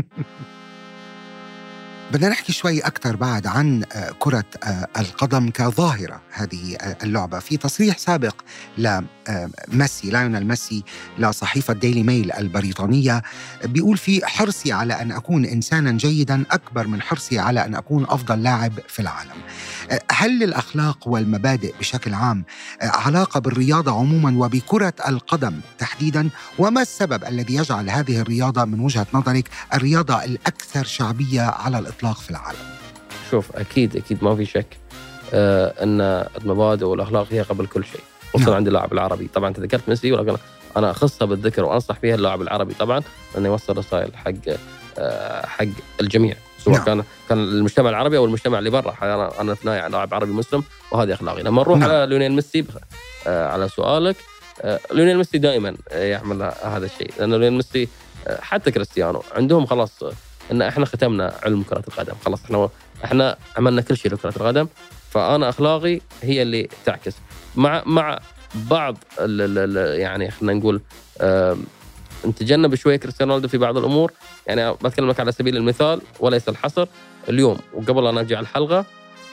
بدنا نحكي شوي أكثر بعد عن كرة القدم كظاهرة هذه اللعبة. في تصريح سابق لميسي، لايونيل ميسي، لصحيفة ديلي ميل البريطانية، بيقول في حرصي على أن أكون إنسانا جيدا أكبر من حرصي على أن أكون أفضل لاعب في العالم. هل الأخلاق والمبادئ بشكل عام علاقة بالرياضة عموما وبكرة القدم تحديدا؟ وما السبب الذي يجعل هذه الرياضة من وجهة نظرك الرياضة الأكثر شعبية على الإطلاق في العالم؟
شوف أكيد أكيد ما في شك آه أن المبادئ والأخلاق هي قبل كل شيء، خصوصا نعم. عند اللاعب العربي. طبعا أنت ذكرت ميسي، ولكن أنا أخصها بالذكر وأنصح فيها اللاعب العربي طبعا أنه يوصل رسائل حق آه حق الجميع، سواء نعم. كان كان المجتمع العربي او المجتمع اللي برا. انا انا في نهايه لاعب عربي مسلم وهذه اخلاقي. لما نروح نعم. على ليونيل ميسي آه على سؤالك، آه ليونيل ميسي دائما يعمل هذا الشيء، لان ليونيل ميسي آه حتى كريستيانو عندهم خلاص ان احنا ختمنا علم كره القدم، خلاص احنا احنا عملنا كل شيء لكره القدم. فانا اخلاقي هي اللي تعكس مع مع بعض ال ال يعني خلينا نقول آه نتجنب شويه كريستيانو رونالدو في بعض الامور. يعني بتكلم لك على سبيل المثال وليس الحصر، اليوم وقبل أن أجي على الحلقة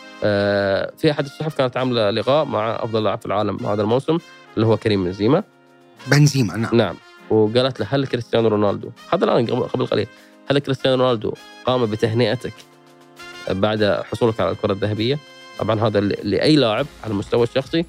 في أحد الصحف كانت عاملة لقاء مع أفضل لاعب في العالم هذا الموسم اللي هو كريم بنزيما.
بنزيما نعم.
نعم. وقالت له هل كريستيانو رونالدو هذا الآن قبل قليل هل كريستيانو رونالدو قام بتهنئتك بعد حصولك على الكرة الذهبية؟ طبعا هذا لأي لاعب على المستوى الشخصي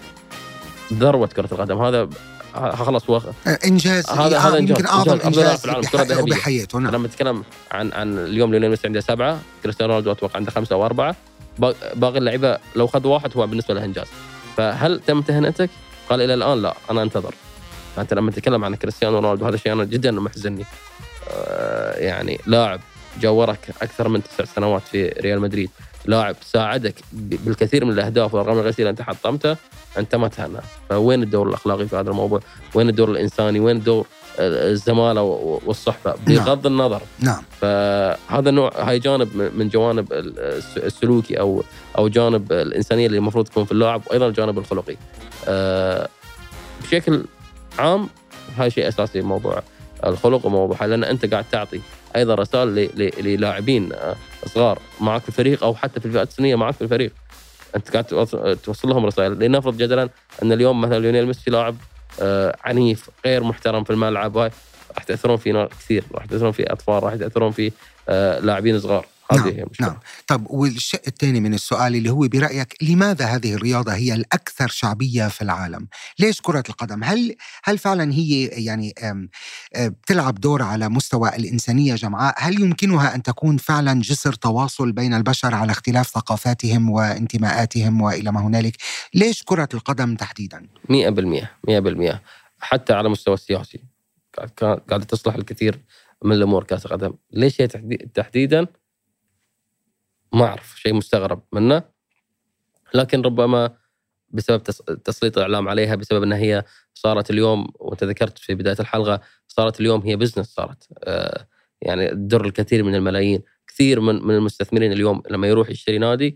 ذروة كرة القدم، هذا خلاص هو
انجاز،
هذا هذا
يمكن اعظم انجاز في
العالم
كره ذهبيه بحياته. نعم.
لما نتكلم عن عن اليوم ليونيل ميسي عنده سبعه، كريستيانو رونالدو اتوقع عنده خمسه او اربعه، باقي اللعيبه لو خذ واحد هو بالنسبه له انجاز. فهل تم تهنئتك؟ قال الى الان لا، انا انتظر. فانت لما تتكلم عن كريستيانو رونالدو هذا شيء انا جدا محزنني. آه يعني لاعب جاورك اكثر من تسع سنوات في ريال مدريد، لاعب ساعدك بالكثير من الاهداف والارقام القياسيه اللي انت حطمتها، انت ما تهنى. فوين الدور الاخلاقي في هذا الموضوع؟ وين الدور الانساني؟ وين الدور الزماله والصحبه بغض
نعم.
النظر؟
نعم.
فهذا النوع هاي جانب من جوانب السلوكي او او جانب الانسانيه اللي المفروض تكون في اللاعب، وايضا الجانب الخلقي. أه بشكل عام هاي شيء اساسي، موضوع الخلق وموضوع، لان انت قاعد تعطي ايضا رسائل للاعبين صغار معك في الفريق او حتى في الفئات السنيه معك في الفريق، انت قاعد توصل لهم رسائل. لنفرض جدلا ان اليوم مثلا ليونيل ميسي لاعب آه عنيف غير محترم في الملعب، هاي راح تاثرون فينا كثير، راح تاثرون في اطفال، راح تاثرون في آه لاعبين صغار. هذه
نعم. نعم. طب والشق الثاني من السؤال اللي هو برأيك لماذا هذه الرياضة هي الأكثر شعبية في العالم؟ ليش كرة القدم؟ هل هل فعلا هي يعني بتلعب دور على مستوى الإنسانية جمعاء؟ هل يمكنها أن تكون فعلا جسر تواصل بين البشر على اختلاف ثقافاتهم وانتماءاتهم وإلى ما هنالك؟ ليش كرة القدم تحديدا؟
مئة بالمئة مئة بالمئة حتى على مستوى السياسي قاعدة تصلح الكثير من الأمور كأس القدم. ليش هي تحديدا؟ ما أعرف، شيء مستغرب منه، لكن ربما بسبب تسليط الإعلام عليها، بسبب أنها هي صارت اليوم، وأنت ذكرت في بداية الحلقة، صارت اليوم هي بزنس، صارت آه يعني تدر الكثير من الملايين. كثير من من المستثمرين اليوم لما يروح يشتري نادي،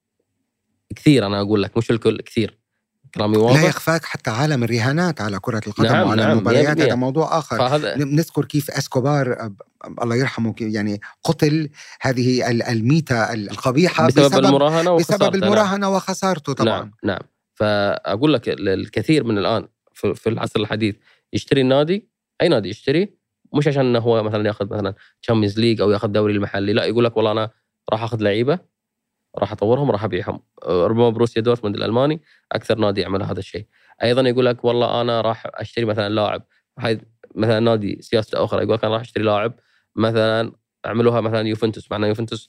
كثير أنا أقول لك مش الكل، كثير كلامي واضح.
لا يخفاك حتى عالم الرهانات على كرة القدم
نعم
وعلى
نعم
المباريات، هذا موضوع آخر.
فهذا...
نذكر كيف أسكوبار الله يرحمه يعني قتل هذه الميتة القبيحة
بسبب,
بسبب
المراهنة
بسبب المراهنة وخسارته طبعا.
نعم نعم. فأقول لك الكثير من الآن في العصر الحديث يشتري النادي، أي نادي يشتري، مش عشان أنه هو مثلا يأخذ مثلا تشامبيونز ليج أو يأخذ دوري المحلي، لا، يقول لك والله أنا راح أخذ لعيبة، راح أطورهم، راح أبيعهم. ربما بروسيا دورتموند الألماني أكثر نادي يعمل هذا الشيء. أيضا يقول لك والله أنا راح أشتري مثلا لاعب، هاي مثلا نادي سياسة أخرى يقول لك أنا راح أشتري لاعب مثلا، أعملوها مثلا يوفنتوس، معنا يوفنتوس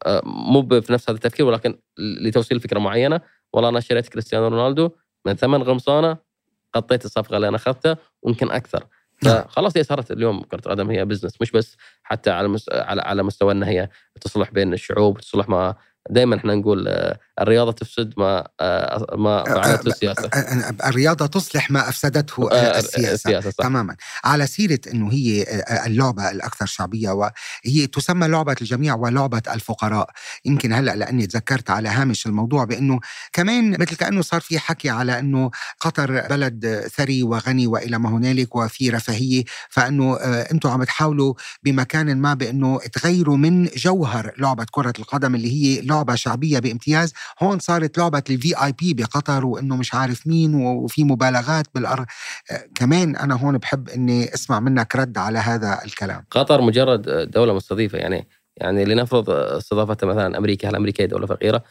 مو في نفس هذا التفكير، ولكن لتوصيل فكرة معينة. والله أنا اشتريت كريستيانو رونالدو من ثمن غمصانة، قطيت الصفقة اللي أنا أخذتها ويمكن أكثر. فخلاص هي صارت اليوم كرة القدم هي بزنس، مش بس حتى على مس... على على مستوى أنها هي تصلح بين الشعوب، تصلح ما دائما احنا نقول الرياضة تفسد ما ما فعلته السياسة.
الرياضة تصلح ما أفسدته السياسة. السياسة تماما. على سيرة أنه هي اللعبة الأكثر شعبية وهي تسمى لعبة الجميع ولعبة الفقراء، يمكن هلأ لأني تذكرت على هامش الموضوع بأنه كمان مثل كأنه صار في حكي على أنه قطر بلد ثري وغني وإلى ما هنالك وفي رفاهية، فأنه أنتم عم تحاولوا بمكان ما بأنه تغيروا من جوهر لعبة كرة القدم اللي هي لعبة شعبية بامتياز. هون صارت لعبة الفي آي بي بقطر، وإنه مش عارف مين، وفي مبالغات بالأرض. كمان أنا هون بحب إني أسمع منك رد على هذا الكلام.
قطر مجرد دولة مستضيفة، يعني يعني لنفرض استضافتها مثلا أمريكا، هل أمريكا دولة فقيرة؟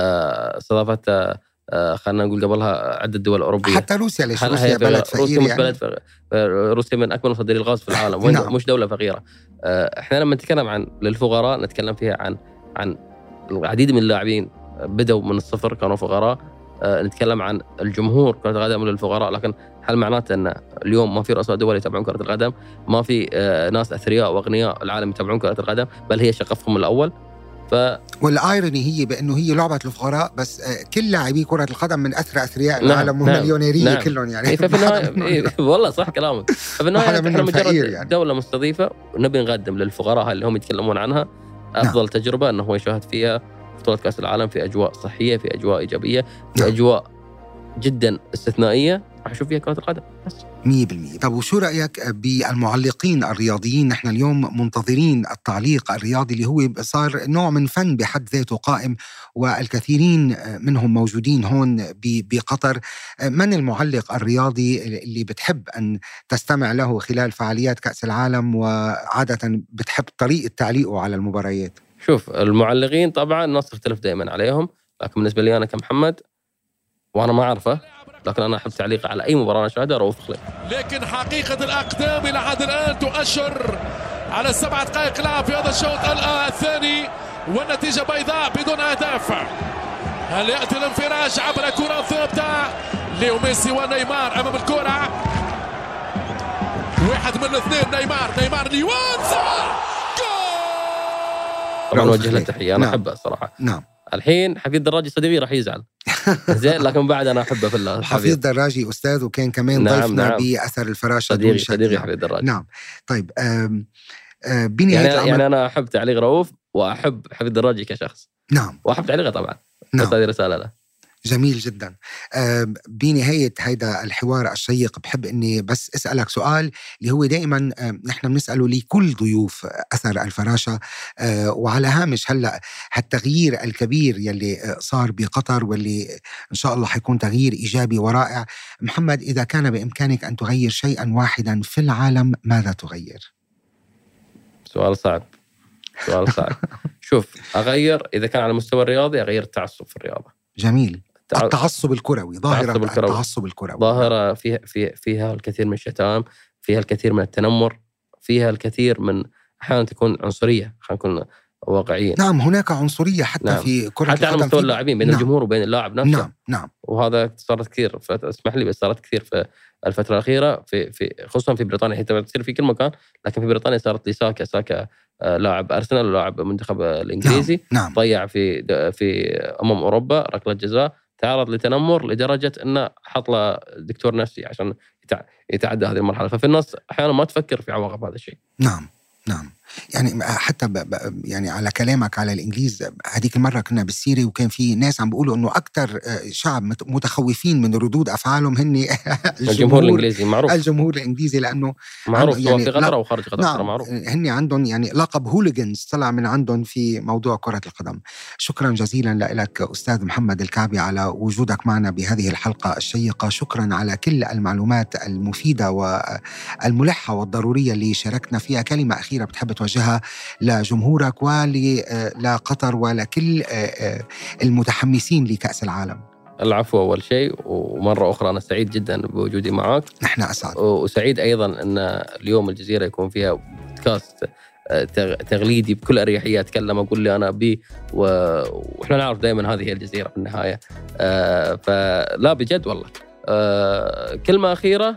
استضافتها خلينا نقول قبلها عدة دول أوروبية،
حتى روسيا، ليش روسيا بلد فقير؟
روسيا
يعني
بلد فقير. روسيا من أكبر مصدري الغاز في العالم، وين نعم. مش دولة فقيرة. إحنا لما نتكلم عن للفقراء نتكلم فيها عن عن العديد من اللاعبين بدأوا من الصفر كانوا فقراء. أه نتكلم عن الجمهور كرة القدم للفقراء، لكن هل معناته أن اليوم ما في رؤساء دول يتابعون كرة القدم؟ ما في أه ناس أثرياء وأغنياء العالم يتابعون كرة القدم؟ بل هي شقفهم الأول. ف...
والآيروني هي بأنه هي لعبة الفقراء، بس كل لاعبي كرة القدم من أثرى أثرياء العالم نعم. ومليونيرية نعم. كلهم يعني.
ففي النهاية إيه والله صح كلامك. ففي النهاية إحنا مجرد يعني. دولة مستضيفة، ونبي نقدم للفقراء اللي هم يتكلمون عنها أفضل نعم. تجربة أنه هو يشاهد فيها بطولة كأس العالم في أجواء صحية، في أجواء إيجابية، في نعم. أجواء جدا استثنائية راح نشوف فيها كرة القدم بس
مية بالمية. طب وشو رأيك بالمعلقين الرياضيين؟ نحن اليوم منتظرين التعليق الرياضي اللي هو صار نوع من فن بحد ذاته قائم، والكثيرين منهم موجودين هون بقطر. من المعلق الرياضي اللي بتحب أن تستمع له خلال فعاليات كأس العالم، وعادة بتحب طريقة تعليقه على المباريات؟
شوف المعلقين طبعا الناس تختلف دائما عليهم، لكن بالنسبة لي أنا كمحمد وأنا ما أعرفه، لكن أنا أحب تعليق على أي مباراة أنا أشاهدها رؤوف خليل.
لكن حقيقة الأقدام إلى حد الآن تؤشر على سبعة دقائق لعب في هذا الشوط الثاني، والنتيجة بيضاء بدون أهداف. هل يأتي الانفراج عبر كرة ثابتة ليو ميسي ونيمار أمام الكرة؟ واحد من الاثنين، نيمار نيمار ليوان
طبعا وجه له تحية، أنا أحبه الصراحة.
نعم.
الحين حفيد دراجي صديقي راح يزعل زين، لكن بعد أنا أحبه في الله.
حفيد دراجي أستاذ، وكان كمان نعم ضيفنا نعم. بأثر الفراشة
صديقي صديقي حفيد دراجي.
نعم. طيب آم آم بني
يعني, أنا يعني أنا أحب تعليق رؤوف وأحب حفيد دراجي كشخص.
نعم.
وأحب تعليقه طبعا.
نعم.
بس هذه رسالة له.
جميل جدا. بنهاية هيدا الحوار الشيق بحب أني بس أسألك سؤال اللي هو دائما نحن بنسأله لكل ضيوف أثر الفراشة، وعلى هامش هلأ هالتغيير الكبير يلي صار بقطر واللي إن شاء الله حيكون تغيير إيجابي ورائع. محمد، إذا كان بإمكانك أن تغير شيئا واحدا في العالم ماذا تغير؟
سؤال صعب، سؤال صعب. شوف، أغير إذا كان على المستوى الرياضي أغير التعصب في الرياضة.
جميل. التعصب الكروي، ظاهرة التعصب الكروي
ظاهرة فيها فيها فيها الكثير من الشتائم، فيها الكثير من التنمر، فيها الكثير من أحيانا تكون عنصرية، خلينا نكون واقعيين.
نعم، هناك عنصرية حتى نعم. في كرة
حتى على مستوى اللاعبين بين نعم. الجمهور وبين اللاعب نفسه.
نعم نعم.
وهذا صارت كثير، اسمح لي، بس صارت كثير في الفترة الأخيرة في في خصوصا في بريطانيا، هي تصير في كل مكان، لكن في بريطانيا صارت لي ساكا ساكا لاعب أرسنال ولاعب المنتخب الإنجليزي
نعم. نعم.
ضيع في في أمم أوروبا ركلة جزاء تعرض لتنمر لدرجة أنه حط له دكتور نفسي عشان يتعدى هذه المرحلة. ففي الناس أحيانا ما تفكر في عواقب هذا الشيء.
نعم نعم. يعني حتى ب ب يعني على كلامك على الإنجليز، هذيك المرة كنا بالسيرة وكان في ناس عم بيقولوا إنه أكتر شعب متخوفين من ردود أفعالهم هن
الجمهور الإنجليزي. معروف
الجمهور الإنجليزي لأنه
معروف
يعني
في قطر أو خارج قطر.
نعم
معروف
هن عندهم يعني لقب هوليجنز طلع من عندهم في موضوع كرة القدم. شكرا جزيلا لك أستاذ محمد الكعبي على وجودك معنا بهذه الحلقة الشيقة. شكرا على كل المعلومات المفيدة والملحة والضرورية اللي شاركنا فيها. كلمة أخيرة بتحب توجهها لجمهورك ولقطر ولكل المتحمسين لكأس العالم؟
العفو أول شيء، ومرة أخرى أنا سعيد جدا بوجودي معك.
نحن أسعد،
وسعيد أيضا أن اليوم الجزيرة يكون فيها بودكاست تغليدي بكل أريحية، أتكلم أقول لي أنا بي، وإحنا نعرف دائما هذه هي الجزيرة في النهاية. فلا بجد والله. كلمة أخيرة،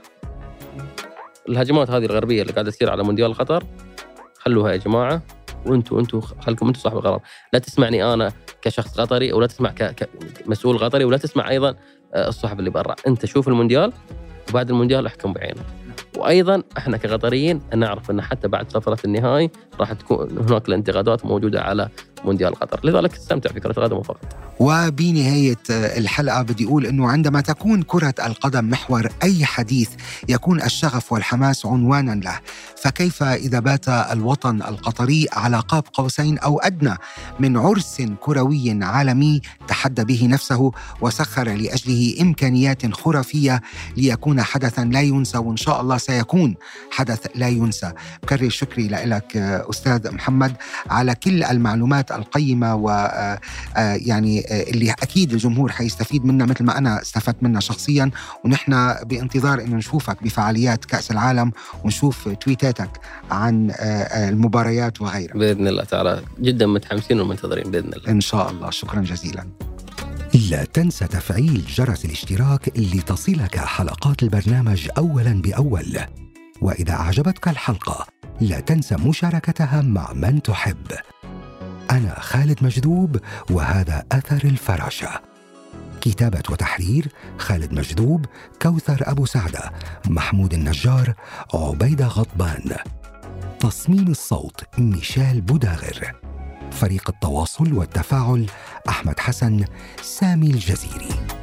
الهجمات هذه الغربية اللي قاعدة تصير على مونديال قطر خلوها يا جماعة، وانتوا انتوا خلكم انتوا صاحب القرار. لا تسمعني انا كشخص قطري، ولا تسمع كمسؤول قطري، ولا تسمع ايضا الصحف اللي برا. انت شوف المونديال وبعد المونديال احكم بعينك. وايضا احنا كقطريين نعرف ان حتى بعد صفرة النهائي راح تكون هناك الانتقادات موجودة على مونديال قطر، لذلك استمتع في كرة القدم فقط.
وبنهاية الحلقة بدي أقول أنه عندما تكون كرة القدم محور أي حديث يكون الشغف والحماس عنوانا له، فكيف إذا بات الوطن القطري على قاب قوسين أو أدنى من عرس كروي عالمي تحدى به نفسه وسخر لأجله إمكانيات خرافية ليكون حدثاً لا ينسى، وإن شاء الله سيكون حدث لا ينسى. بكرر شكري لك أستاذ محمد على كل المعلومات القيمة ويعني اللي أكيد الجمهور حيستفيد منها مثل ما أنا استفدت منها شخصياً. ونحن بانتظار إنه نشوفك بفعاليات كأس العالم ونشوف تويتاتك عن المباريات وغيرها
بإذن الله تعالى. جدا متحمسين ومنتظرين بإذن الله
إن شاء الله. شكرا جزيلا.
لا تنسى تفعيل جرس الاشتراك لتصلك حلقات البرنامج أولا بأول. وإذا أعجبتك الحلقة لا تنسى مشاركتها مع من تحب. أنا خالد مجذوب، وهذا أثر الفراشة. كتابة وتحرير خالد مجذوب، كوثر أبو سعدة، محمود النجار، عبيدة غضبان. تصميم الصوت ميشيل بوداغر. فريق التواصل والتفاعل أحمد حسن، سامي الجزيري.